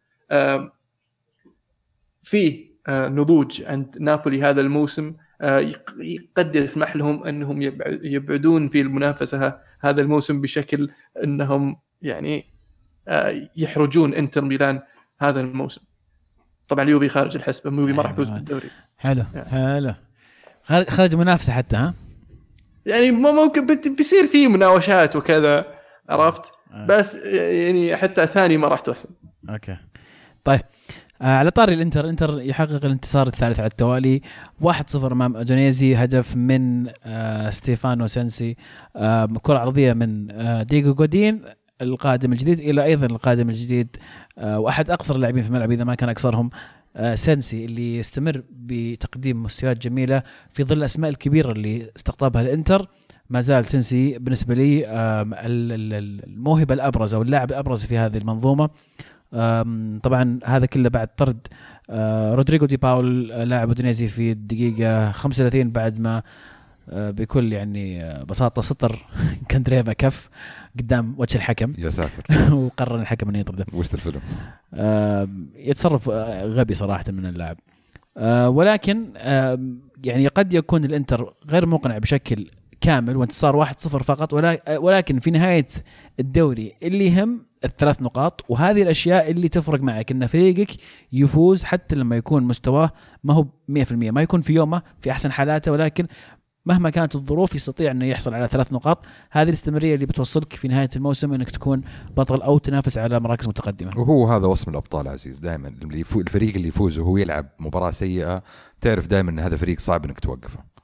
في نضوج عند نابولي هذا الموسم قد يسمح لهم أنهم يبعدون في المنافسة هذا الموسم بشكل أنهم يعني يحرجون إنتر ميلان هذا الموسم. طبعا اليوفي خارج الحسبة، اليوفي ما راح يفوز بالدوري. حلو خارج منافسة حتى ها، يعني ممكن بيصير فيه مناوشات وكذا، عرفت؟ بس يعني حتى ثاني ما راح تحسن. اوكي طيب. على طاري الانتر يحقق الانتصار الثالث على التوالي 1-0 امام اودونيزي، هدف من ستيفانو سنسي، كرة عرضية من ديغو جودين القادم الجديد الى ايضا القادم الجديد واحد اقصر اللاعبين في الملعب اذا ما كان اكثرهم سنسي، اللي يستمر بتقديم مستويات جميلة في ظل الاسماء الكبيرة اللي استقطبها الانتر. ما زال سنسي بالنسبة لي الموهبة الأبرز أو اللاعب الأبرز في هذه المنظومة. طبعا هذا كله بعد طرد رودريغو دي باول لاعب اودينيزي في الدقيقة 35 بعد ما بكل يعني بساطة سطر كاندريفا كف قدام وجه الحكم. يا ساتر. وقرر الحكم أن يطرده. وسط الفيلم يتصرف غبي صراحة من اللاعب. ولكن يعني قد يكون الانتر غير مقنع بشكل كامل وانتصار 1-0 فقط، ولكن في نهاية الدوري اللي يهم الثلاث نقاط، وهذه الأشياء اللي تفرق معك إن فريقك يفوز حتى لما يكون مستواه ما هو 100%، ما يكون في يومه في أحسن حالاته، ولكن مهما كانت الظروف يستطيع أنه يحصل على 3 نقاط. هذه الاستمرارية اللي بتوصلك في نهاية الموسم أنك تكون بطل أو تنافس على مراكز متقدمة. وهو هذا وصف الأبطال عزيز، دائما الفريق اللي يفوز وهو يلعب مباراة سيئة تعرف دائما أن هذا فريق صعب أنك توقفه.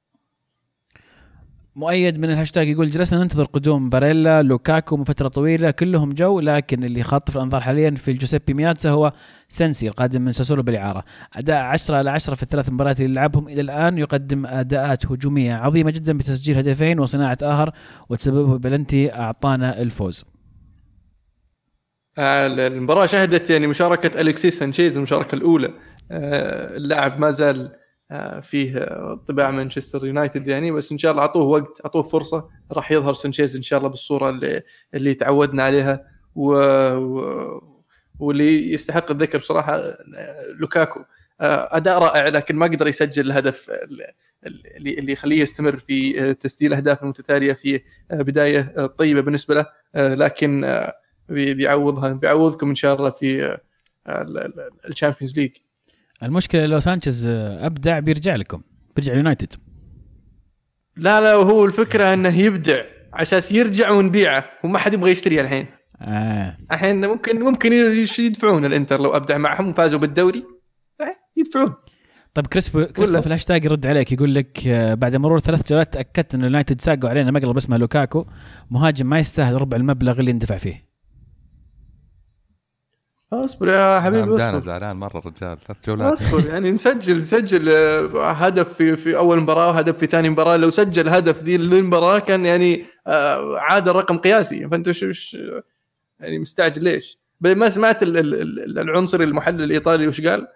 مؤيد من الهاشتاج يقول جلسنا ننتظر قدوم باريلا لوكاكو من فترة طويلة كلهم جو، لكن اللي خاطف الأنظار حاليا في الجوسيبي مياتزا هو سنسي القادم من ساسولو بالإعارة. أداء 10/10 في الثلاث مباريات اللي لعبهم إلى الآن، يقدم أداءات هجومية عظيمة جدا بتسجيل هدفين وصناعة آخر وتسببه بلنتي أعطانا الفوز. المباراة شهدت يعني مشاركة أليكسيس سانشيز المشاركة الأولى. اللاعب ما زال فيه طباع مانشستر يونايتد يعني، بس إن شاء الله عطوه وقت، عطوه فرصة، راح يظهر سانشيز إن شاء الله بالصورة اللي تعودنا عليها واللي يستحق الذكر بصراحة. لوكاكو أداء رائع، لكن ما قدر يسجل الهدف اللي يخليه يستمر في تسجيل أهداف متتالية في بداية طيبة بالنسبة له، لكن بيعوضكم إن شاء الله في الشامبيونز ليج. المشكلة لو سانشيز أبدع بيرجع لكم، بيرجع يونايتد. لا هو الفكرة أنه يبدع عشان يرجع ونبيعه، وما حد يبغى يشتريه الحين. الحين ممكن يدفعون الانتر لو أبدع معهم وفازوا بالدوري يدفعون. طيب كريسبو في الهاشتاج يرد عليك يقول لك بعد مرور 3 جولات تأكدت أن اليونايتد ساقوا علينا مقلب اسمه لوكاكو، مهاجم ما يستاهل ربع المبلغ اللي يندفع فيه. اصبر يا حبيبي اصبر، زعلان مره الرجال 3 جولات اصبر يعني نسجل هدف في اول مباراه وهدف في ثاني مباراه. لو سجل هدف ذي المباراه كان يعني عاد الرقم قياسي، فانت شو يعني مستعجل ليش؟ ما سمعت العنصر المحلل الايطالي وش قال؟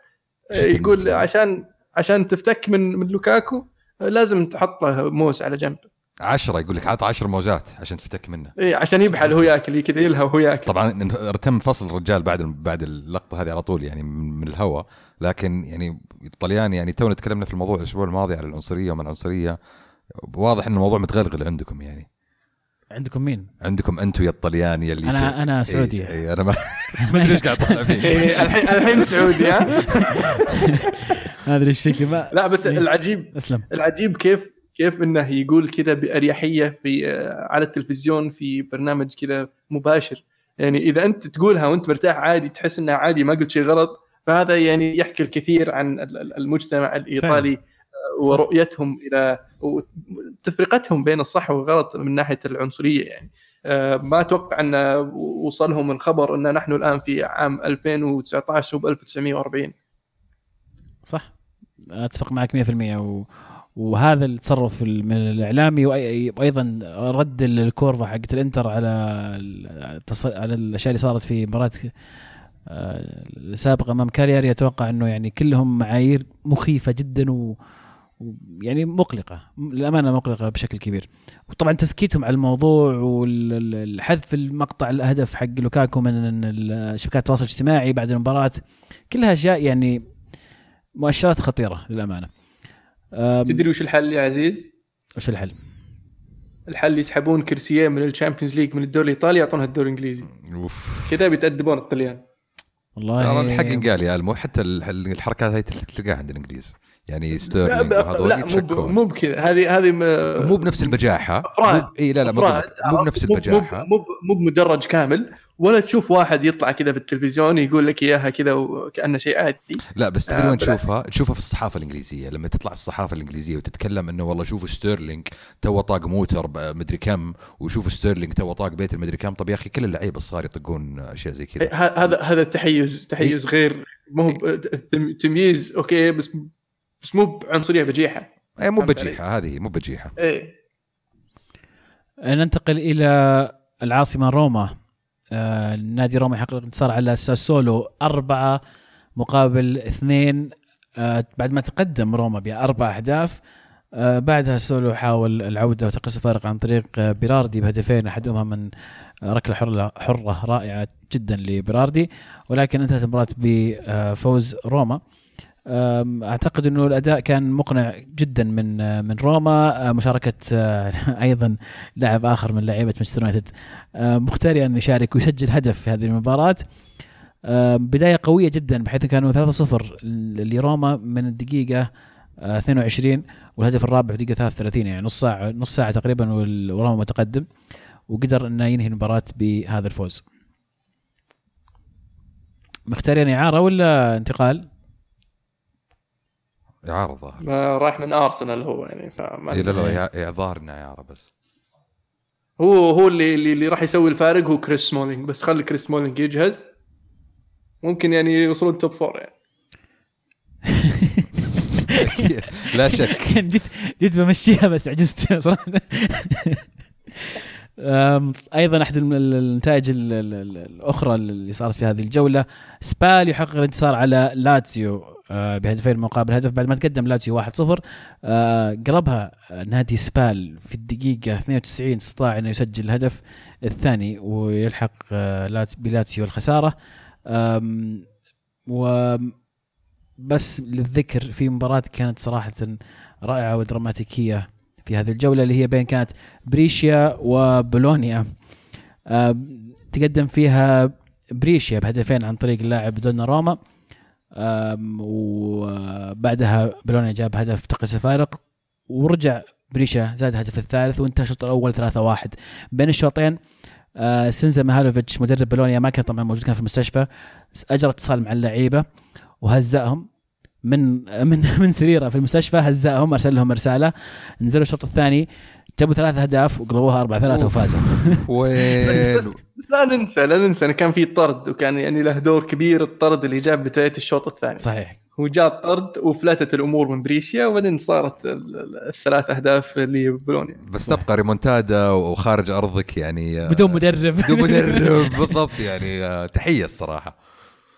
يقول عشان تفتك من لوكاكو لازم تحط له موس على جنب. 10 يقول لك عطى 10 موزات عشان تفتك منه. إيه عشان يبحل هو ياكل كذا يلهى وهو ياكل. طبعا تم فصل الرجال بعد اللقطه هذه على طول يعني من الهواء. لكن يعني الطليان يعني تونا تكلمنا في الموضوع الاسبوع الماضي على العنصريه وما العنصريه. واضح ان الموضوع متغلغل عندكم يعني. عندكم مين؟ عندكم انتم يا الطليان يلي انا سعودي. اي انا ما ادري ايش قاعد اطلع فيه. الحين سعودي ها. ما ادري ايش فيك. لا بس العجيب اسلم. العجيب كيف انه يقول كذا بأريحية على التلفزيون في برنامج كذا مباشر. يعني اذا انت تقولها وانت مرتاح عادي تحس انها عادي ما قلت شيء غلط. فهذا يعني يحكي الكثير عن المجتمع الإيطالي ورؤيتهم إلى وتفرقتهم بين الصح والغلط من ناحية العنصرية. يعني ما أتوقع أن وصلهم الخبر أن نحن الآن في عام 2019 وب 1940. صح أتفق معك 100%. وهذا التصرف من الإعلامي وأيضا رد الكورفة حقت الإنتر على الأشياء اللي صارت في مباراة سابقة أمام كالياري. أتوقع أنه يعني كلهم معايير مخيفة جدا ويعني مقلقة للأمانة، مقلقة بشكل كبير. وطبعا تسكيتهم على الموضوع والحذف المقطع الهدف حق لوكاكو من شبكات التواصل الاجتماعي بعد المباراة، كلها أشياء يعني مؤشرات خطيرة للأمانة. تدري وش الحل يا عزيز؟ وش الحل؟ الحل يسحبون كرسيين من الشامبيونز ليج من الدوري الإيطالي يعطونها الدوري الإنجليزي. كذا بيتأدبون الطليان. والله الحق قال يا المو حتى الحركات هاي تلقاها عند الإنجليز يعني ستيرلينج وهذول يتشكون. مو بكذا. هذه مو بنفس البجاحة. اي لا مو بنفس البجاحة. مو بمدرج كامل. ولا تشوف واحد يطلع كذا بالتلفزيون يقول لك اياها كذا وكأنه شيء عادي. لا بس تدري وين تشوفها في الصحافة الإنجليزية. لما تطلع الصحافة الإنجليزية وتتكلم إنه والله شوفوا ستيرلينج تو طاق موتر مدري كم، وشوفوا ستيرلينج تو طاق بيت المدري كم. طب يا أخي كل اللعيبة الصغار يطقون أشياء زي كذا. هذا تحيز غير مو تمييز أوكي بس مو بعنصرية بجيحة. اي مو بجيحة، هذه مو بجيحة. ننتقل إلى العاصمة روما. النادي روما يحقق انتصار على ساسولو 4-2 بعد ما تقدم روما ب4 أهداف. بعدها سولو حاول العودة وتقص الفارق عن طريق بيراردي بهدفين، أحدهما من ركلة حرة رائعة جدا لبيراردي، ولكن انتهت المباراة بفوز روما. أعتقد أنه الأداء كان مقنع جدا من روما. مشاركة أيضا لاعب آخر من لاعيبة مانشستر يونايتد مختاريان يشارك ويسجل هدف في هذه المباراة. بداية قوية جدا بحيث كانوا 3-0 لروما من الدقيقة 22 والهدف الرابع في دقيقة 33، يعني نص ساعة تقريبا وروما متقدم، وقدر أنه ينهي المباراة بهذا الفوز. مختاريان إعارة ولا انتقال؟ إعارة ظاهر. راح من أرسنال هو يعني لا ظاهر إنه إعارة بس. هو اللي راح يسوي الفارق هو كريس سمولينج. بس خلي كريس سمولينج يجهز ممكن يعني يوصلون توب 4 يعني. لا شك. جيت بمشيها بس عجزت صراحة. أيضا أحد النتائج الأخرى اللي صارت في هذه الجولة، سبال يحقق الانتصار على لاتسيو بهدفين مقابل هدف بعد ما تقدم لاتسيو 1-0. قربها نادي سبال في الدقيقة 92 استطاع أنه يسجل الهدف الثاني ويلحق بلاتسيو الخسارة. وبس للذكر في مباراة كانت صراحة رائعة ودراماتيكية في هذه الجولة اللي هي بين كانت بريشيا وبولونيا. تقدم فيها بريشيا بهدفين عن طريق اللاعب دوناروما، وبعدها بولونيا جاب هدف تقص الفارق، ورجع بريشيا زاد هدف الثالث، وانتهى الشوط الأول 3-1. بين الشوطين سينزا ميهالوفيتش مدرب بولونيا ما كان طبعا موجود، كان في المستشفى، أجرى اتصال مع اللعيبة وهزأهم من سريره في المستشفى، هزأهم أرسل لهم رسالة. نزلوا الشوط الثاني جابوا 3 أهداف وقلبوها 4-3 وفازوا. بس لا ننسى أنا كان في طرد، وكان يعني له دور كبير الطرد اللي جاب بداية الشوط الثاني. صحيح، هو جاء طرد وفلتت الأمور من بريشيا، وبعدين صارت 3 أهداف لبولونيا. بس تبقى ريمونتادا وخارج أرضك يعني بدون مدرب بالضبط يعني. تحية الصراحة.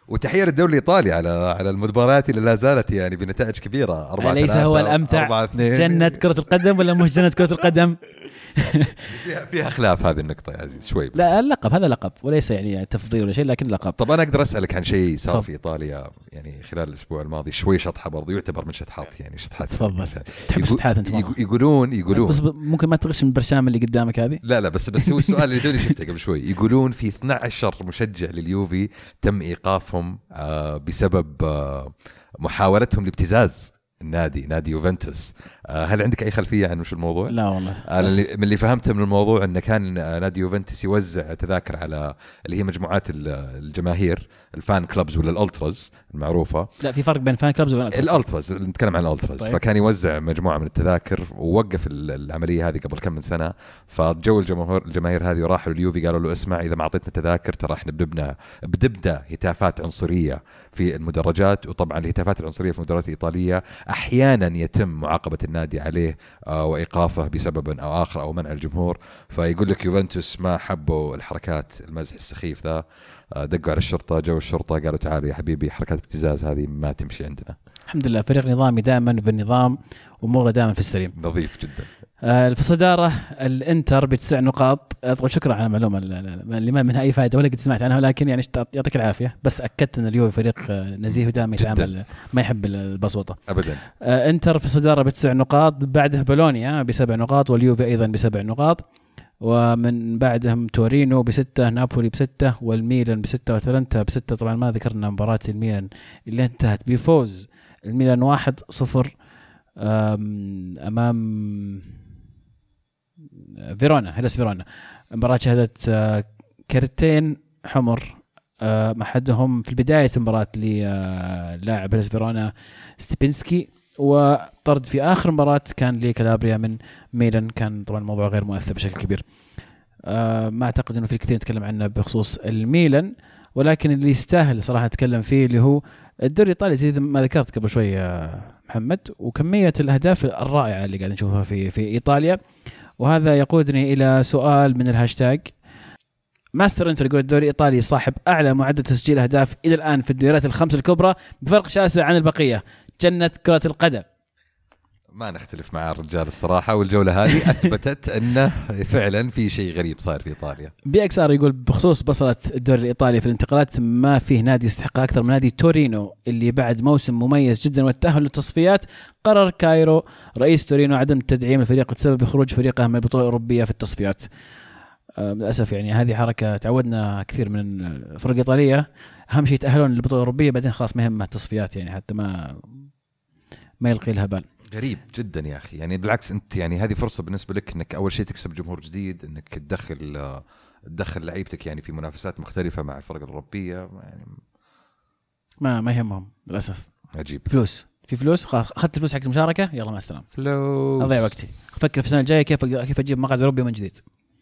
وتحية للدوري الإيطالي على المباريات اللي لا زالت يعني بنتائج كبيرة 4-3 ليس هو الأمتع جنة كرة القدم ولا مش جنة كرة القدم؟ فيها خلاف هذه النقطة يا عزيز شوي بس. لا اللقب هذا لقب وليس يعني تفضيل ولا شيء لكن لقب. طب أنا أقدر أسألك عن شيء صار في إيطاليا يعني خلال الأسبوع الماضي شوي شطحة برضه يعتبر من شطحات يعني شطحات. تفضل تحب شطحات أنت يقولون بس ممكن ما تغش من البرشام اللي قدامك هذه. لا بس هو السؤال اللي دوني شفته قبل شوي يقولون في 12 مشجع لليوفي تم إيقافهم بسبب محاولتهم لابتزاز نادي يوفنتوس. هل عندك أي خلفية عن وش الموضوع؟ لا والله. من اللي فهمته من الموضوع أنه كان نادي يوفنتوس يوزع تذاكر على اللي هي مجموعات الجماهير الفان كلوبز ولا الألتراز المعروفة. لا في فرق بين فان كلوبز والألتراز نتكلم عن الألتراز. طيب. فكان يوزع مجموعة من التذاكر ووقف العملية هذه قبل كم من سنة. فجو الجماهير هذه وراحوا اليوفي قالوا له اسمع إذا ما أعطيتنا تذاكر ترى إحنا بنبدأ هتافات عنصرية في المدرجات. وطبعا الهتافات العنصرية في المدرجات الإيطالية أحيانا يتم معاقبة النادي عليه وإيقافه بسبب أو آخر أو منع الجمهور. فيقول لك يوفنتوس ما حبوا الحركات المزح السخيف ذا دقوا على الشرطة جو الشرطة قالوا تعالوا يا حبيبي حركات ابتزاز هذه ما تمشي عندنا. الحمد لله فريق نظامي دائما بالنظام وأموره دائما في السليم نظيف جدا. في الصدارة الانتر ب9 نقاط. طبعا شكرا على المعلومة اللي ما منها أي فائدة ولا قد سمعت عنها ولكن يعني يعطيك العافية بس أكدت أن اليوفي فريق نزيه ودائما يتعامل ما يحب البسوطة أبدا. انتر في الصدارة ب9 نقاط بعده بولونيا ب7 نقاط واليوفي أيضا ب7 نقاط ومن بعدهم تورينو ب6 نابولي ب6 والميلان ب6 واتلانتا ب6. طبعا ما ذكرنا مباراة الميلان اللي انتهت بفوز الميلان 1-0 أمام هيلاس فيرونا. مباراة شهدت كرتين حمر أحدهم في بداية المباراة للاعب هيلاس فيرونا ستيبينسكي وطرد في آخر مباراة كان لكالابريا من ميلان. كان طبعا الموضوع غير مؤثر بشكل كبير. ما أعتقد أنه في كثير نتكلم عنه بخصوص الميلان ولكن اللي يستاهل صراحة نتكلم فيه اللي هو الدوري الإيطالي زي ما ذكرت قبل شوي محمد وكمية الأهداف الرائعة اللي قاعد نشوفها في إيطاليا. وهذا يقودني إلى سؤال من الهاشتاج ماستر انتر يقول الدوري الإيطالي صاحب أعلى معدل تسجيل أهداف إلى الآن في الدوريات الخمس الكبرى بفرق شاسع عن البقية جنة كرة القدم. ما نختلف مع الرجال الصراحة والجولة هذه أثبتت أنه فعلا في شيء غريب صار في إيطاليا. بي اكس ار يقول بخصوص بصلة الدوري الإيطالي في الانتقالات ما فيه نادي يستحق أكثر من نادي تورينو اللي بعد موسم مميز جدا والتأهل للتصفيات قرر كايرو رئيس تورينو عدم تدعيم الفريق بسبب خروج فريقه من البطولة الأوروبية في التصفيات. للأسف يعني هذه حركة تعودنا كثير من الفرق الإيطالية أهم شيء يتأهلون للبطولة الأوروبية بعدين خلاص مهمة التصفيات يعني حتى ما يلقي لها بال. غريب جدا يا أخي يعني بالعكس أنت يعني هذه فرصة بالنسبة لك أنك أول شيء تكسب جمهور جديد انك تدخل لعيبتك يعني في منافسات مختلفة مع الفرق الأوروبية يعني ما يهمهم للأسف. عجيب. في فلوس أخذت الفلوس حق المشاركة يلا مع السلامة فلوس أضيع وقتي أفكر في السنة الجاية كيف أجيب مقعد أوروبي من جديد.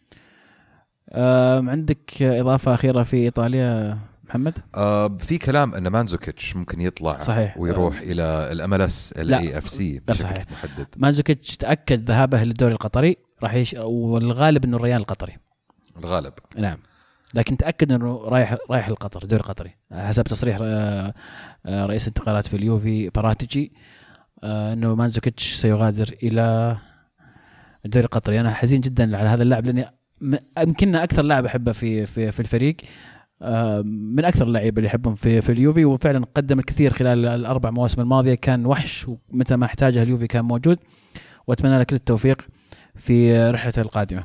عندك إضافة أخيرة في إيطاليا محمد؟ في كلام أن مانزوكيتش ممكن يطلع صحيح. ويروح إلى الMLS AFC بشكل محدد. مانزوكيتش تأكد ذهابه للدوري القطري راح والغالب إنه الريال القطري الغالب نعم لكن تأكد إنه رايح القطر الدوري القطري حسب تصريح رئيس انتقالات في اليوفي باراتيجي إنه مانزوكيتش سيغادر إلى الدوري القطري. أنا حزين جدا على هذا اللاعب لأني يمكننا أكثر لاعب أحبه في الفريق من أكثر اللعيبة اللي يحبهم في اليوفي وفعلا قدم الكثير خلال ال4 مواسم الماضية كان وحش ومتى ما احتاجه اليوفي كان موجود وأتمنى له كل التوفيق في رحلته القادمة.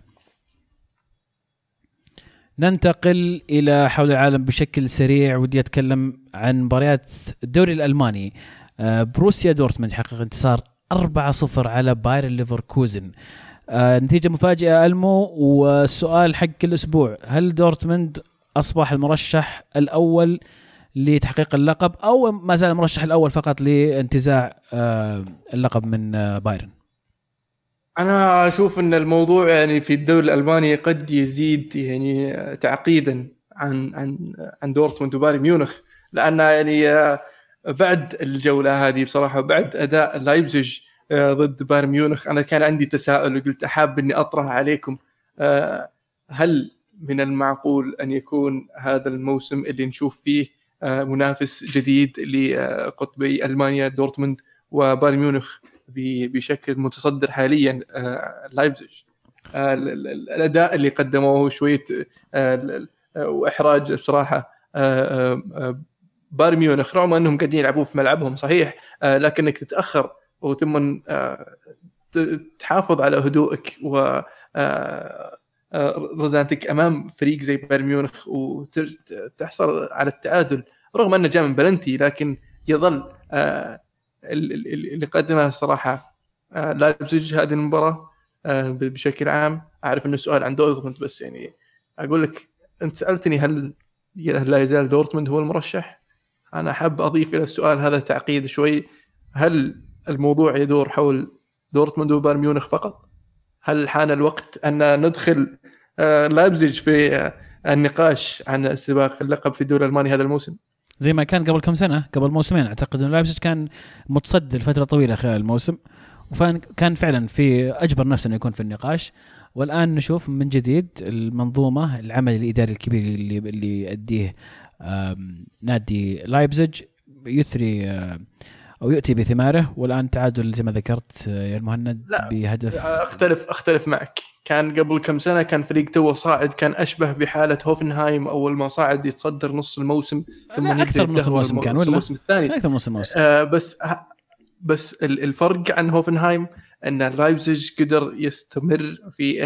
ننتقل إلى حول العالم بشكل سريع. ودي أتكلم عن مباريات الدوري الألماني. بروسيا دورتموند حقق انتصار 4-0 على بايرن ليفركوزن. نتيجة مفاجئة ألمو. والسؤال حق كل أسبوع هل دورتموند أصبح المرشح الأول لتحقيق اللقب أو ما زال المرشح الأول فقط لانتزاع اللقب من بايرن؟ أنا أشوف أن الموضوع يعني في الدوري الألماني قد يزيد يعني تعقيدا عن دورتموند وبايرن ميونخ لأن يعني بعد الجولة هذه بصراحة بعد أداء لايبزيج ضد بايرن ميونخ أنا كان عندي تساؤل وقلت أحاب أني أطرح عليكم هل من المعقول أن يكون هذا الموسم اللي نشوف فيه منافس جديد لقطبي ألمانيا دورتموند وبايرن ميونخ بشكل متصدر حاليا لايبزيج. الأداء اللي قدموه شوية وإحراج بصراحة بايرن ميونخ، رغم أنهم قاعدين يلعبون في ملعبهم صحيح، لكنك تتأخر وثم تحافظ على هدوءك ورزانتك أمام فريق زي بايرن ميونخ وتحصل على التعادل رغم أنه جاء من بلنتي، لكن يظل اللي قدمها الصراحة لايبزيج هذه المباراة بشكل عام. أعرف أنه السؤال عن دورتموند، بس يعني أقول لك أنت سألتني هل لا يزال دورتموند هو المرشح. أنا أحب أضيف إلى السؤال هذا تعقيد شوي، هل الموضوع يدور حول دورتموند وبايرن ميونخ فقط؟ هل حان الوقت أن ندخل لايبزيج في النقاش عن سباق اللقب في الدوري الألماني هذا الموسم زي ما كان قبل كم سنة، قبل موسمين أعتقد أن لايبزيج كان متصدر فترة طويلة خلال الموسم، وكان فعلا في أجبر نفسه أنه يكون في النقاش. والآن نشوف من جديد المنظومة العمل الإداري الكبير اللي يؤديه نادي لايبزيج يثري أو يؤتي بثماره. والآن تعادل زي ما ذكرت يا المهند بهدف. أختلف معك. كان قبل كم سنة كان فريق تو صاعد، كان أشبه بحالة هوفنهايم أول ما صعد يتصدر نص الموسم ثم أكثر من نص الموسم كان ولا الموسم الثاني أكثر من نص الموسم. بس الفرق عن هوفنهايم أن لايبزيج قدر يستمر في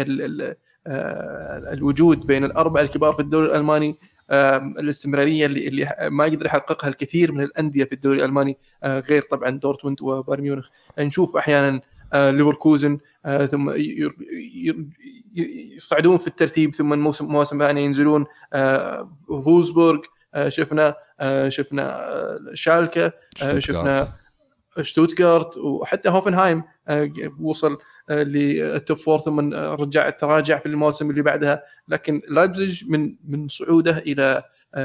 الوجود بين الأربعة الكبار في الدوري الألماني. الاستمرارية اللي ما يقدر يحققها الكثير من الأندية في الدوري الألماني، غير طبعا دورتموند وبايرن ميونخ. نشوف أحيانا ليفركوزن ثم يصعدون في الترتيب ثم مواسم ثانية ينزلون. فولسبورغ شفنا شالكة، شفنا شتوتغارت، وحتى هوفنهايم وصل للتوب فور ثم رجع التراجع في المواسم اللي بعدها. لكن لايبزيج من صعوده إلى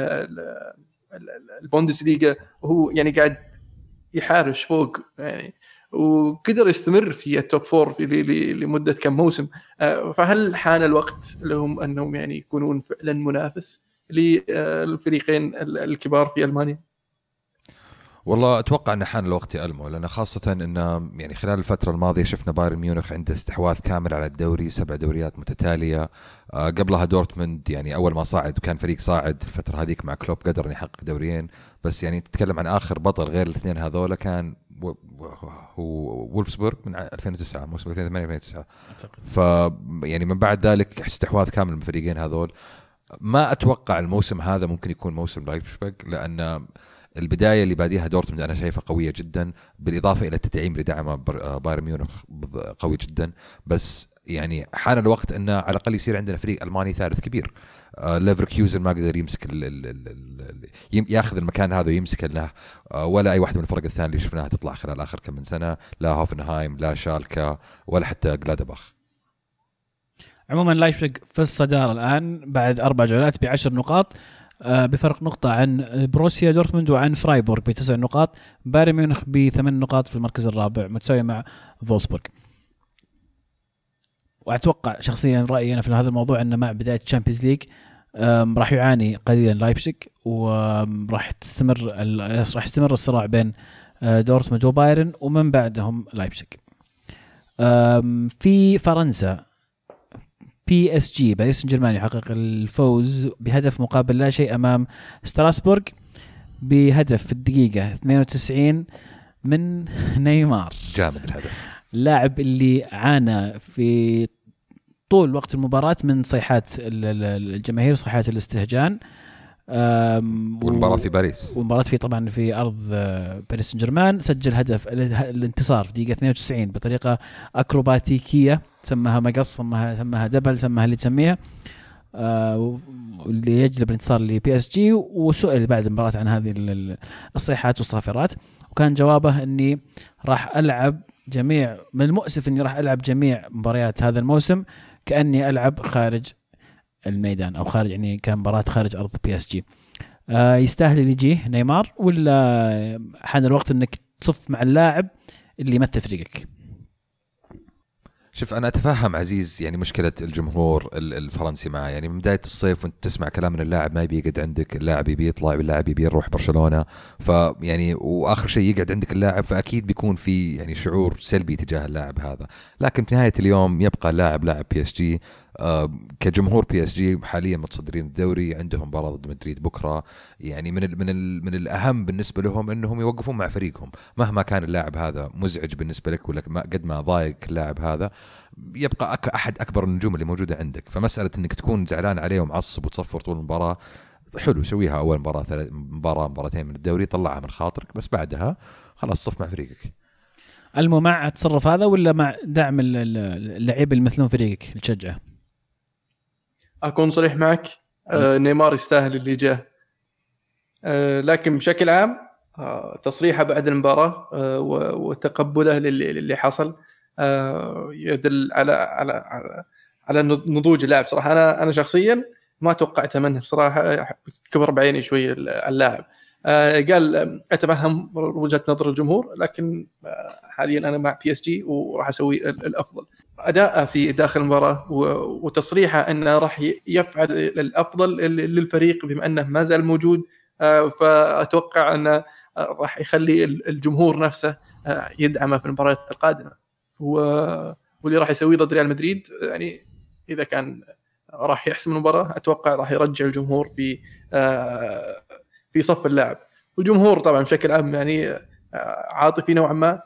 البوندسليغا وهو يعني قاعد يحارش فوق يعني، وقدر يستمر في التوب فور لمدة كم موسم. فهل حان الوقت لهم أنهم يعني يكونون فعلا منافس للفريقين الكبار في ألمانيا؟ والله أتوقع أن حان الوقت يا ألمو، لأن خاصة أن يعني خلال الفترة الماضية شفنا بايرن ميونخ عنده استحواذ كامل على الدوري، 7 دوريات متتالية. قبلها دورتموند يعني أول ما صعد كان فريق صاعد في الفترة هذيك مع كلوب قدر أن يحقق دوريين. بس يعني تتكلم عن آخر بطل غير الاثنين هذولا كان هو وولفسبورغ من 2009 موسم 2008-2009. ف يعني من بعد ذلك استحواذ كامل من الفريقين هذول. ما أتوقع الموسم هذا ممكن يكون موسم لايبزيج، لأن البداية اللي باديها دورتموند أنا شايفها قوية جدا، بالإضافة إلى التدعيم اللي دعمه بايرن ميونخ قوي جدا. بس يعني حان الوقت أنه على الأقل يصير عندنا فريق ألماني ثالث كبير. ليفركوزن ما قدر يمسك ياخذ المكان هذا ويمسك لنا، ولا أي واحد من الفرق الثانية اللي شفناها تطلع خلال آخر كم من سنة، لا هوفنهايم لا شالكا ولا حتى غلادباخ. عموما لايبزيج في الصدارة الآن بعد 4 جولات ب10 نقاط، بفرق نقطة عن بروسيا دورتموند وعن فرايبورغ ب9 نقاط. بايرن ميونخ ب8 نقاط في المركز الرابع متساوي مع فولسبورغ. وأتوقع شخصيا رأيي أنا في هذا الموضوع أن مع بداية الشامبيونز ليج راح يعاني قليلا لايبزيج، وراح يستمر الصراع بين دورتموند وبايرن ومن بعدهم لايبزيج. في فرنسا PSG باريس سان جيرمان يحقق الفوز بهدف مقابل لا شيء أمام ستراسبورغ بهدف في الدقيقة 92 من نيمار. جامد الهدف. اللاعب اللي عانى في طول وقت المباراة من صيحات الجماهير، صيحات الاستهجان. والمباراة في باريس، والمباراة في طبعا في أرض باريس سان جيرمان. سجل هدف الانتصار في دقيقة 92 بطريقة أكروباتيكية، سماها مقص، سماها دبل، سماها اللي تسميها، اللي يجلب الانتصار لبي اس جي. وسئل بعد المباراة عن هذه الصيحات والصافرات، وكان جوابه اني راح العب جميع، من المؤسف اني راح العب جميع مباريات هذا الموسم كأني العب خارج الميدان او خارج، يعني كمباراة خارج ارض بي اس جي. يستاهل اللي يجيه نيمار، ولا حان الوقت انك تصف مع اللاعب اللي يمثل فريقك؟ شوف أنا أتفهم عزيز يعني مشكلة الجمهور الفرنسي معه، يعني من بداية الصيف وأنت تسمع كلام من اللاعب ما يبي يقعد عندك، اللاعب يبي يطلع واللاعب يبي يروح برشلونة، فيعني وآخر شيء يقعد عندك اللاعب، فأكيد بيكون في يعني شعور سلبي تجاه اللاعب هذا. لكن في نهاية اليوم يبقى اللاعب لاعب بي اس جي. كجمهور بي اس جي حاليا متصدرين الدوري، عندهم مباراة ضد مدريد بكرة، يعني من الأهم بالنسبة لهم أنهم يوقفون مع فريقهم مهما كان اللاعب هذا مزعج بالنسبة لك، ولا قد ما ضايق اللاعب هذا يبقى أحد أكبر النجوم اللي موجودة عندك. فمسألة أنك تكون زعلان عليه ومعصب وتصفر طول المباراة، حلو سويها أول مباراتين من الدوري، طلعها من خاطرك، بس بعدها خلاص صف مع فريقك. مع التصرف هذا ولا مع دعم اللعيبة اللي يمثلون فريقك اللي تشجعه؟ أكون صريح معك، نيمار يستاهل اللي جاه، لكن بشكل عام تصريحه بعد المباراة وتقبله اللي حصل يدل على نضوج اللاعب. صراحة أنا شخصيا ما توقعت منه بصراحة، كبر بعيني شوي اللاعب. قال أتفهم وجهة نظر الجمهور، لكن حاليا أنا مع بي اس جي وراح أسوي الأفضل. أداء في داخل المباراة وتصريحه أنه راح يفعل الأفضل للفريق بما أنه ما زال موجود، فأتوقع أنه راح يخلي الجمهور نفسه يدعمه في المباريات القادمة، واللي راح يسويه ضد ريال مدريد يعني إذا كان راح يحسم المباراة أتوقع راح يرجع الجمهور في صف اللاعب. والجمهور طبعا بشكل عام يعني عاطفي نوعا ما،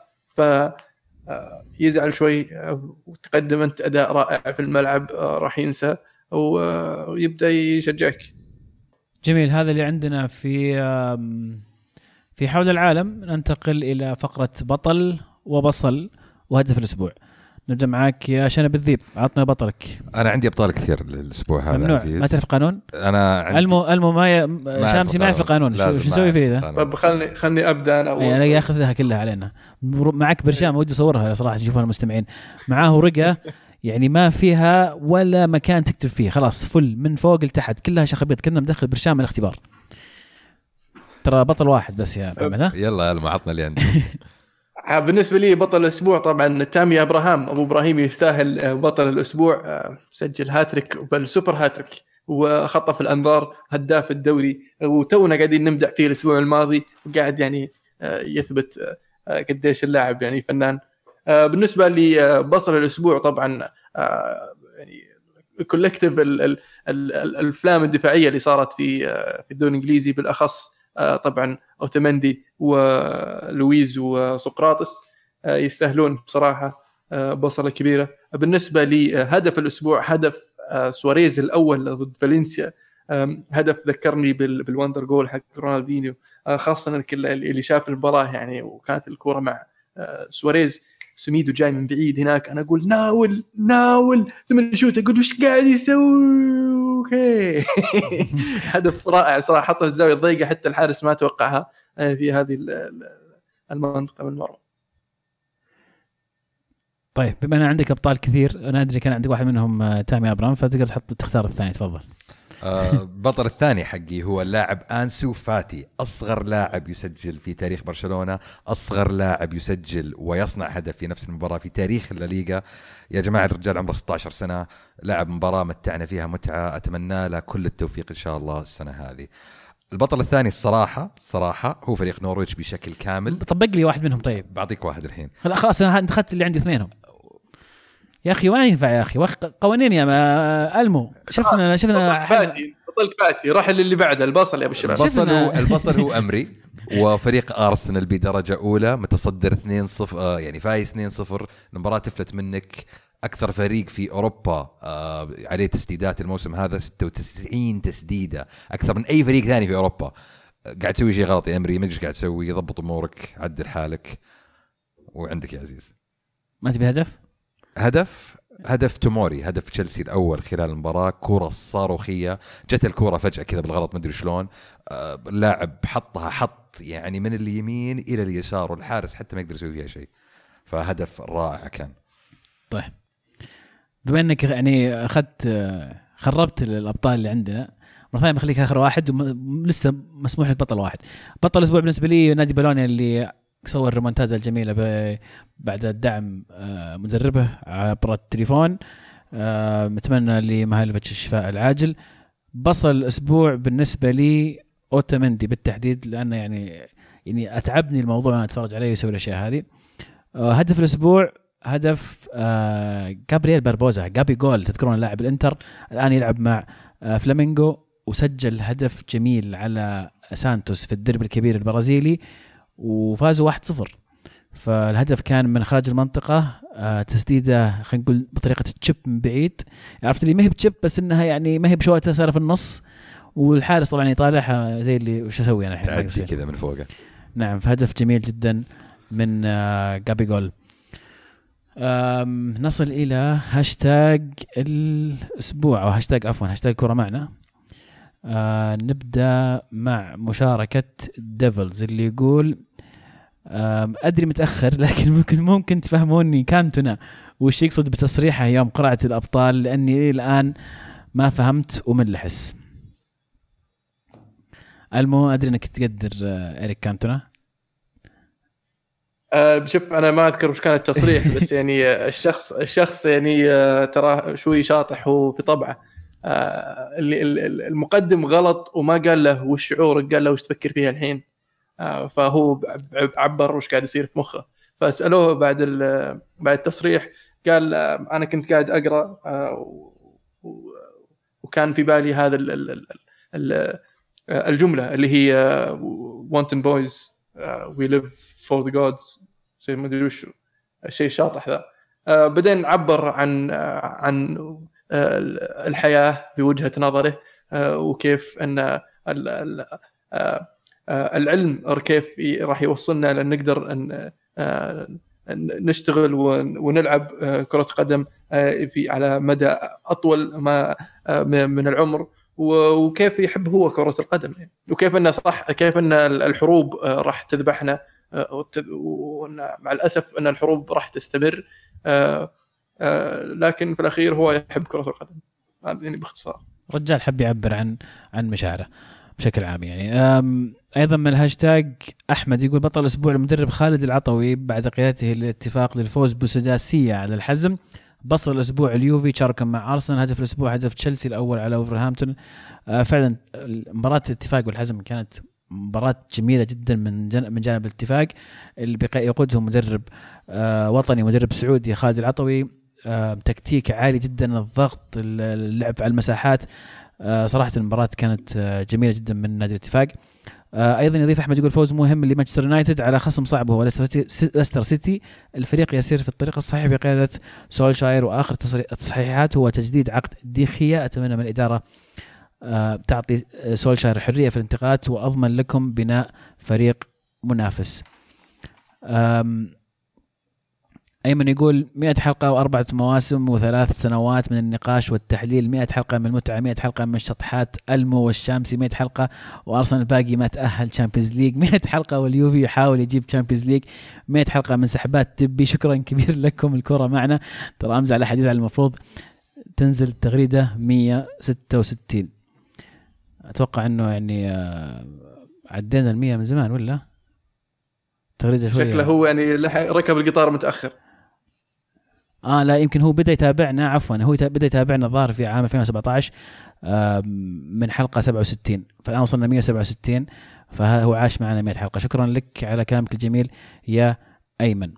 يزعل شوي وتقدم أنت أداء رائع في الملعب راح ينسى ويبدأ يشجعك. جميل، هذا اللي عندنا في حول العالم. ننتقل إلى فقرة بطل وبصل وهدف الأسبوع. نبدأ معاك يا شنب الذيب، عطنا بطلك. أنا عندي أبطال كثير الأسبوع هذا. ممنوع. عزيز ما تعرف قانون؟ أنا عندي المو ما شامسي ما يعرف القانون. شو نسوي فيه ذا؟ طب خلني أبدأ أنا. أنا ياخذها كلها علينا. معك برشام ودي أصورها صراحة يشوفها المستمعين. معاه ورقة يعني ما فيها ولا مكان تكتب فيه، خلاص فل من فوق لتحت كلها شخبيط، كنا مدخل برشام الاختبار. ترى بطل واحد بس يا محمد. ها يلا ما عطنا اللي عندي. بالنسبة لي بطل الأسبوع طبعا تامي أبراهام. أبو إبراهيم يستاهل بطل الأسبوع، سجل هاتريك بل سوبر هاتريك وخطف الأنظار، هداف الدوري، وتونا قاعدين نمدح فيه الأسبوع الماضي، وقاعد يعني يثبت قديش اللاعب يعني فنان. بالنسبة لي بطل الأسبوع طبعا يعني كولكتيف الأفلام الدفاعية اللي صارت في الدوري الإنجليزي بالأخص، طبعا أوتمندي ولويز وسقراطس يستاهلون بصراحة بصلة كبيرة. بالنسبة لي هدف الأسبوع هدف سواريز الأول ضد فالنسيا، هدف ذكرني بالوندر جول حق رونالدينيو، خاصة اللي شاف المباراة يعني وكانت الكرة مع سواريز سميدو جاي من بعيد هناك، أنا أقول ناول ثم نشوت أقول وش قاعد يسوي. اوكي هدف رائع صراحه، حطه في الزاويه الضيقه حتى الحارس ما توقعها في هذه المنطقه من المرمى. طيب بما ان عندك ابطال كثير، انا ادري كان عندك واحد منهم تامي ابراهام، فتقدر تختار الثاني. تفضل. بطل الثاني حقي هو اللاعب أنسو فاتي، أصغر لاعب يسجل في تاريخ برشلونة، أصغر لاعب يسجل ويصنع هدف في نفس المباراة في تاريخ الليغا. يا جماعة الرجال عمره 16 سنة، لعب مباراة متعنا فيها متعة، أتمنى له كل التوفيق إن شاء الله السنة هذه. البطل الثاني الصراحة هو فريق نورويتش بشكل كامل. طبق لي واحد منهم. طيب بعطيك واحد الحين. خلاص أنا أخذت اللي عندي اثنينهم يا أخي، ما ينفع يا أخي، قوانين يا ألمو. شفنا بطل فاتي راح اللي بعده البصل يا أبو الشباب. البصل هو أمري، وفريق أرسنال بدرجة أولى متصدر 2-0، يعني فايز 2-0. المباراة تفلت منك. أكثر فريق في أوروبا عليه تسديدات الموسم هذا 96 تسديدة، أكثر من أي فريق ثاني في أوروبا. قاعد تسوي شيء غلط يا أمري، ما أدري قاعد تسوي، ضبط أمورك، عدل حالك. وعندك يا عزيز ما تبي هدف توموري، هدف تشيلسي الأول خلال المباراة، كرة صاروخية جت الكرة فجأة كذا بالغلط ما أدري شلون، اللاعب حطها يعني من اليمين إلى اليسار، والحارس حتى ما يقدر يسوي فيها شيء، فهدف رائع كان. طيب بما أنك يعني خربت الأبطال اللي عندنا مرة ثانية، بخليك آخر واحد ولسه مسموح لك بطل واحد. بطل الأسبوع بالنسبة لي نادي بولونيا اللي سوى الريمونتادا الجميلة بعد الدعم مدربه عبر التليفون. نتمنى لمهالفيتش الشفاء العاجل. بصل الأسبوع بالنسبة لي أوتامندي بالتحديد، لأنه يعني أتعبني الموضوع أنا أتفرج عليه يسوي الأشياء هذه. هدف الأسبوع هدف جابرييل باربوزا، جابي جول، تذكرون لاعب الانتر الآن يلعب مع فلامينغو، وسجل هدف جميل على سانتوس في الديربي الكبير البرازيلي وفازوا 1-0. فالهدف كان من خارج المنطقة، تسديدة خلينا نقول بطريقة تشيب من بعيد، عرفت اللي ما هي بتشيب بس إنها يعني ما هي بشوتها صار في النص، والحارس طبعا يطالعها زي اللي وش أسوي أنا الحين تعدي كذا من فوقه. نعم، فهدف جميل جدا من جابي جول. نصل إلى هاشتاج الأسبوع أو هاشتاج كرة معنا. نبدأ مع مشاركة ديفلز اللي يقول أدري متأخر لكن ممكن تفهموني كانتونا وش يقصد بتصريحه يوم قرأت الأبطال، لأني الآن ما فهمت ومنلحس. المو أدري أنك تقدر إريك كانتونا. بشوف أنا ما أذكر وش كان التصريح بس يعني الشخص يعني ترى شوي شاطح وبطبعه. اللي المقدم غلط وما قال له وش شعورك، قال له وش تفكر فيها الحين. فهو عبر وش قاعد يصير في مخه. فسألوه بعد التصريح قال أنا كنت قاعد أقرأ وكان في بالي هذا الجملة اللي هي wanton boys we live for the gods، زي ما أدري وش الشيء الشاطح ذا. بعدين عبر عن الحياة بوجهة نظره، وكيف أن العلم كيف راح يوصلنا لأن نقدر أن نشتغل ونلعب كرة قدم على مدى أطول من العمر، وكيف يحب هو كرة القدم، وكيف أن صح كيف أن الحروب راح تذبحنا، ومع الأسف أن الحروب راح تستمر، لكن في الأخير هو يحب كرة القدم. يعني باختصار رجال حب يعبر عن مشاعره بشكل عام يعني. أيضا من الهاشتاج أحمد يقول بطل الأسبوع المدرب خالد العطوي بعد قيادته الاتفاق للفوز بسداسية على الحزم. بصل الأسبوع اليوفي شارك مع أرسنال. هدف الأسبوع هدف تشيلسي الأول على وولفرهامبتون. فعلا مباراة الاتفاق والحزم كانت مباراة جميلة جدا من جانب الاتفاق اللي يقوده مدرب وطني، مدرب سعودي خالد العطوي. تكتيك عالي جدا، الضغط، اللعب على المساحات. صراحة المباراة كانت جميلة جدا من نادي الاتفاق. أيضا يضيف أحمد يقول فوز مهم لمانشستر يونايتد على خصم صعب هو ليستر سيتي. الفريق يسير في الطريق الصحيح بقيادة سولشاير، وآخر التصحيحات هو تجديد عقد ديخيا. أتمنى من الإدارة تعطي سولشاير حرية في الانتقالات، وأضمن لكم بناء فريق منافس. أيمن يقول 100 حلقة و4 مواسم و3 سنوات من النقاش والتحليل، 100 حلقة من المتعة، 100 حلقة من الشطحات المو والشامسي، 100 حلقة وأرسنال باقي ما تأهل تشامبيونز ليج، 100 حلقة واليوفي يحاول يجيب تشامبيونز ليج، 100 حلقة من سحبات تبي. شكرا كبير لكم الكرة معنا. ترى أمزع على حديث على المفروض تنزل تغريدة 166. أتوقع أنه يعني عدينا 100 من زمان ولا تغريدة شوية. شكله هو يعني ركب القطار متأخر. لا يمكن هو بدأ يتابعنا، عفوا هو بدأ يتابعنا الظاهر في عام 2017 من حلقة 67، فالآن وصلنا 167، فهو عاش معنا 100 حلقة. شكرا لك على كلامك الجميل يا أيمن.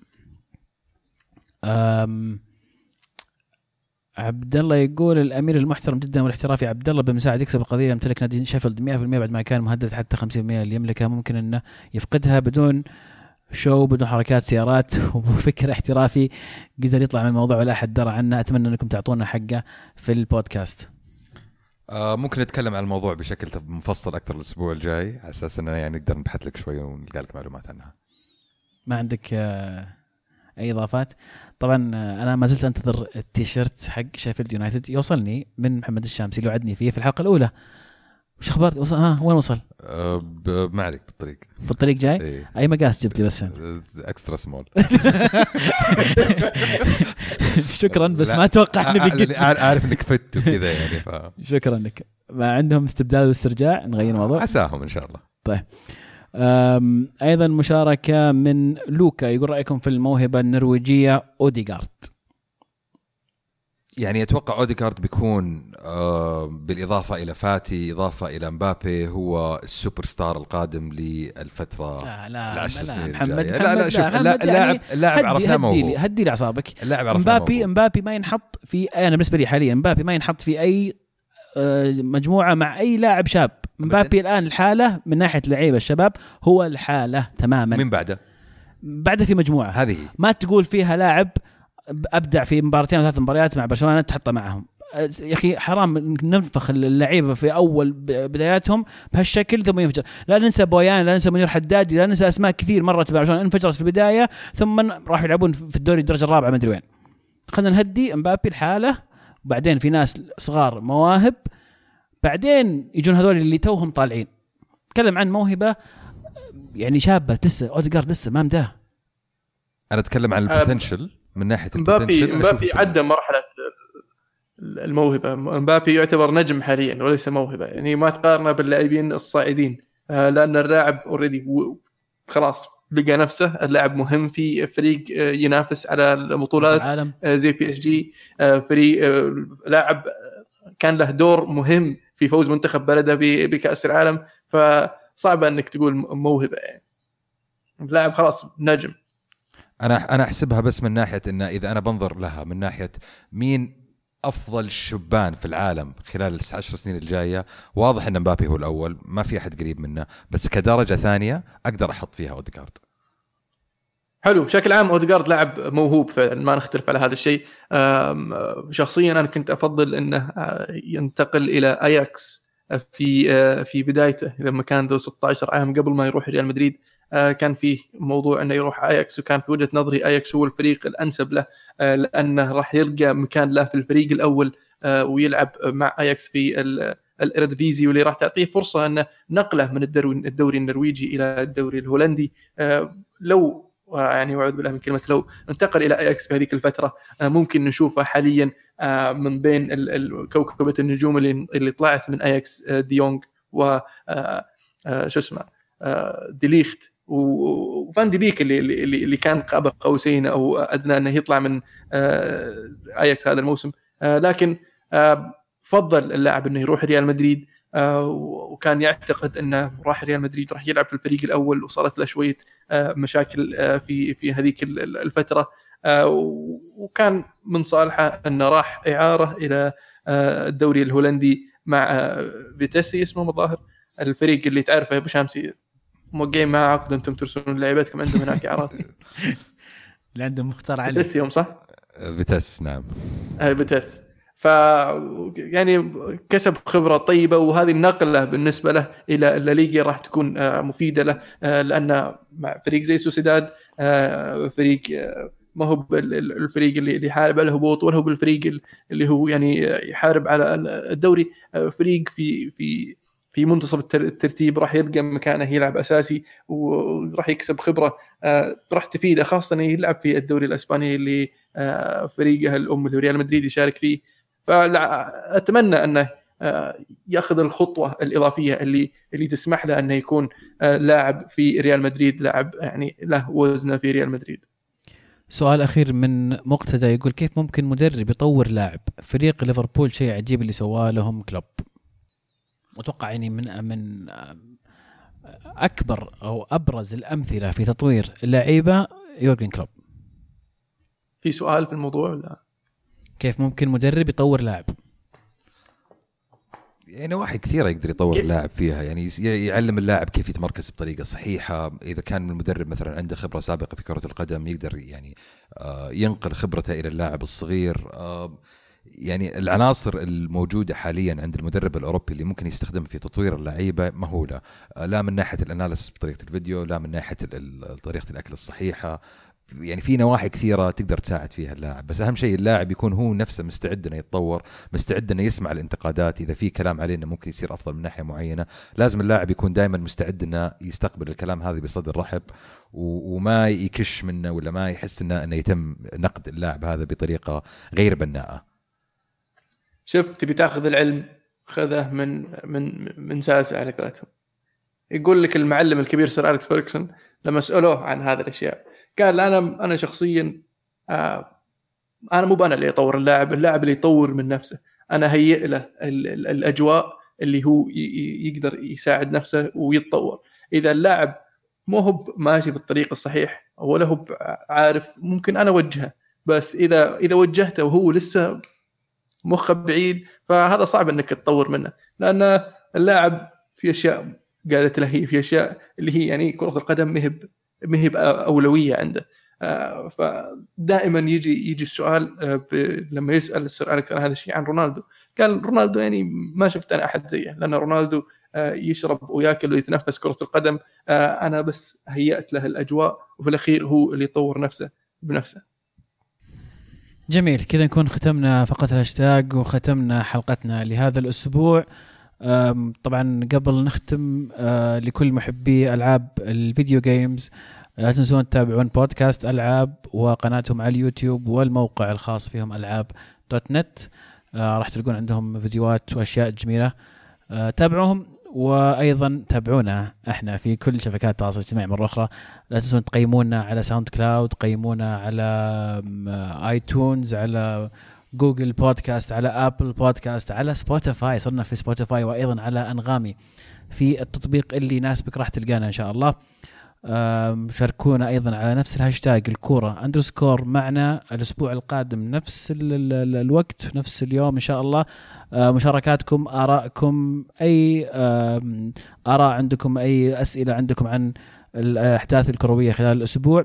عبد الله يقول الأمير المحترم جدا والاحترافي عبد الله بن مساعد يكسب القضية، يمتلك نادي شيفيلد 100% بعد ما كان مهدد حتى 50% اللي يملكها ممكن أنه يفقدها بدون شو، بدون حركات سيارات، وفكر احترافي قدر يطلع من الموضوع ولا أحد درى عنه. أتمنى أنكم تعطونا حقه في البودكاست. ممكن نتكلم عن الموضوع بشكل مفصل أكثر الأسبوع الجاي على أساس أننا يعني نقدر نبحث لك شوية ونلقى لك معلومات عنها. ما عندك أي إضافات؟ طبعا أنا ما زلت أنتظر التيشيرت حق شيفيلد يونايتد، يوصلني من محمد الشامسي اللي وعدني فيه في الحلقة الأولى. وش أخبار؟ وين وصل؟ ما عليك في الطريق جاي؟ إيه. أي مقاس جبت لي بس؟ اكسترا سمول. شكرا، بس ما أتوقع إني عارف إنك فت وكذا يعني شكرا لك. ما عندهم استبدال واسترجاع، نغير الموضوع عساهم إن شاء الله. طيب أيضا مشاركة من لوكا يقول رأيكم في الموهبة النرويجية أوديغارد. يعني أتوقع أوديغارد بيكون بالإضافة إلى فاتي إضافة إلى مبابي هو السوبر ستار القادم للفترة العشر سنين محمد لا شوف اللاعب عرفناه هدي لأعصابك. اللاعب مبابي ما ينحط في أنا بالنسبة لي حاليا مبابي ما ينحط في أي مجموعة مع أي لاعب شاب. مبابي الآن الحالة من ناحية لعيبة الشباب هو الحالة تماما. من بعده في مجموعة هذه ما تقول فيها لاعب أبدع في مباراتين أو 3 مباريات مع برشلونة تحطه معهم. يا أخي حرام ننفخ اللعيبة في أول بداياتهم بهالشكل ثم ينفجر. لا ننسى بويان، لا ننسى منير حدادي، لا ننسى أسماء كثير مرت برشلونة انفجرت في البداية ثم راحوا يلعبون في الدوري الدرجة الرابعة ما أدري وين. خلنا نهدي مبابي الحالة، وبعدين في ناس صغار مواهب، بعدين يجون هذول اللي توهم طالعين. تكلم عن موهبة يعني شابة لسه، أوديغارد لسه ما مداه. أنا أتكلم عن البوتنشل من ناحية مبابي عدى مرحلة الموهبة. مبابي يعتبر نجم حاليا وليس موهبة، يعني ما تقارنه باللاعبين الصاعدين، لأن اللاعب أوريدي خلاص لقى نفسه اللاعب مهم في فريق ينافس على البطولات زي PSG. فريق لاعب كان له دور مهم في فوز منتخب بلده بكأس العالم، فصعب أنك تقول موهبة. يعني اللاعب خلاص نجم. أنا أحسبها بس من ناحية إن إذا أنا بنظر لها من ناحية مين أفضل شبان في العالم خلال 10 سنين الجاية، واضح إن مبابي هو الأول، ما في أحد قريب منه، بس كدرجة ثانية أقدر أحط فيها أوديغارد. حلو. بشكل عام أوديغارد لاعب موهوب فعلا، ما نختلف على هذا الشيء. شخصيا أنا كنت أفضل أنه ينتقل إلى أياكس في بدايته لما كان ذو 16 عام قبل ما يروح ريال مدريد. كان فيه موضوع أنه يروح أياكس، وكان في وجهة نظري أياكس هو الفريق الأنسب له، لأنه راح يلقى مكان له في الفريق الأول ويلعب مع أياكس في الإيرediفيزي، واللي راح تعطيه فرصة أنه نقله من الدوري النرويجي إلى الدوري الهولندي. لو يعني وعد بالله من كلمة لو انتقل إلى أياكس في هذيك الفترة ممكن نشوفه حاليا من بين كوكبة النجوم اللي طلعت من أياكس، ديونغ و شو اسمه ديليخت وفان دي بيك اللي كان قاب قوسين أو أدنى أنه يطلع من أياكس هذا الموسم. لكن فضل اللاعب أنه يروح ريال مدريد، وكان يعتقد أنه راح ريال مدريد راح يلعب في الفريق الأول، وصارت له شوية مشاكل في هذيك الفترة، وكان من صالحه أنه راح إعارة إلى الدوري الهولندي مع فيتاسي اسمه مظاهر، الفريق اللي تعرفه أبو شامسي موقعين مع عقد أنتم ترسلون لعيبتكم عندهم هناك إعارات. اللي عندهم مختار علي فيتاس يوم صح؟ فيتاس نعم فيتاس. يعني كسب خبرة طيبة، وهذه النقلة بالنسبة له إلى الليغا راح تكون مفيدة له، لأن مع فريق زي سوسيداد فريق ما هو الفريق اللي يحارب على الهبوط، ولا هو بالفريق اللي هو يعني يحارب على الدوري، فريق في منتصف الترتيب راح يبقى مكانه يلعب أساسي، وراح يكسب خبرة راح تفيده، خاصة أنه يلعب في الدوري الإسباني اللي فريقه الأم اللي ريال مدريد يشارك فيه. فأتمنى أنه يأخذ الخطوة الإضافية اللي تسمح له أنه يكون لاعب في ريال مدريد، لاعب يعني له وزنه في ريال مدريد. سؤال أخير من مقتدى يقول كيف ممكن مدرب يطور لاعب؟ فريق ليفربول شيء عجيب اللي سواه لهم كلوب. أتوقع يعني من أكبر أو أبرز الأمثلة في تطوير اللعيبة يورجن كلوب. في سؤال في الموضوع ولا؟ كيف ممكن مدرب يطور لاعب؟ يعني نواحي كثيرة يقدر يطور اللاعب فيها، يعني يعلم اللاعب كيف يتمركز بطريقة صحيحة. إذا كان المدرب مثلا عنده خبرة سابقة في كرة القدم يقدر يعني ينقل خبرته إلى اللاعب الصغير. يعني العناصر الموجودة حاليا عند المدرب الأوروبي اللي ممكن يستخدم في تطوير اللعيبة مهولة، لا من ناحية الأناليسيس بطريقة الفيديو، لا من ناحية طريقة الأكل الصحيحة. يعني في نواحي كثيرة تقدر تساعد فيها اللاعب، بس أهم شيء اللاعب يكون هو نفسه مستعد أنه يتطور، مستعد أنه يسمع الانتقادات. إذا في كلام عليه أنه ممكن يصير أفضل من ناحية معينة، لازم اللاعب يكون دائما مستعد أنه يستقبل الكلام هذا بصدر رحب، وما يكش منه ولا ما يحس أنه يتم نقد اللاعب هذا بطريقة غير بناءة. شوف، تبي تاخذ العلم خذه من ساسة على قولتهم. يقول لك المعلم الكبير سير أليكس فيرغسون لما سألوه عن هذه الأشياء قال أنا شخصيا أنا مو أنا اللي أطور اللاعب اللي يطور من نفسه. أنا هيئ له الأجواء اللي هو يقدر يساعد نفسه ويتطور. إذا اللاعب مو هو ماشي بالطريق الصحيح ولا هو عارف ممكن أنا أوجهه، بس إذا وجهته وهو لسه مخه بعيد فهذا صعب إنك تطور منه، لأن اللاعب في أشياء قاعدة تلهي، في أشياء اللي هي يعني كرة القدم مهب أولوية عنده. فدائما يجي السؤال لما يسأل السير أليكس عن هذا الشيء عن رونالدو، قال رونالدو يعني ما شفت أنا أحد زيه، لأن رونالدو يشرب ويأكل ويتنفس كرة القدم، أنا بس هيأت له الأجواء وفي الأخير هو اللي يطور نفسه بنفسه. جميل، كذا نكون ختمنا فقرة الهاشتاج وختمنا حلقتنا لهذا الأسبوع. طبعا قبل نختم لكل محبي ألعاب الفيديو جيمز لا تنسون تتابعون بودكاست ألعاب وقناتهم على اليوتيوب والموقع الخاص فيهم ألعاب.net. راح تلقون عندهم فيديوهات وأشياء جميلة، تابعوهم. وأيضا تابعونا احنا في كل شبكات التواصل الاجتماعي مرة أخرى. لا تنسون تقيمونا على ساوند كلاود، قيمونا على آيتونز، على جوجل بودكاست، على أبل بودكاست، على سبوتيفاي، صرنا في سبوتيفاي، وأيضا على أنغامي في التطبيق اللي يناسبك راح تلقانا إن شاء الله. شاركونا أيضا على نفس الهاشتاج الكورة _ معنا الأسبوع القادم نفس الوقت نفس اليوم إن شاء الله. مشاركاتكم، آراءكم، أي آراء عندكم، أي أسئلة عندكم عن الأحداث الكروية خلال الأسبوع.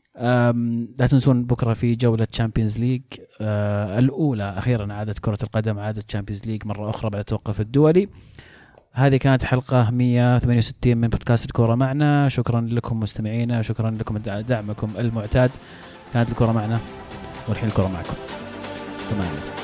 لا تنسون بكرة في جولة تشامبيونز ليج الأولى، أخيرا عادت كرة القدم، عادت تشامبيونز ليج مرة أخرى بعد التوقف الدولي. هذه كانت حلقة 168 من بودكاست الكورة معنا. شكرا لكم مستمعينا، شكرا لكم دعمكم المعتاد. كانت الكورة معنا والحين الكورة معكم. تمام.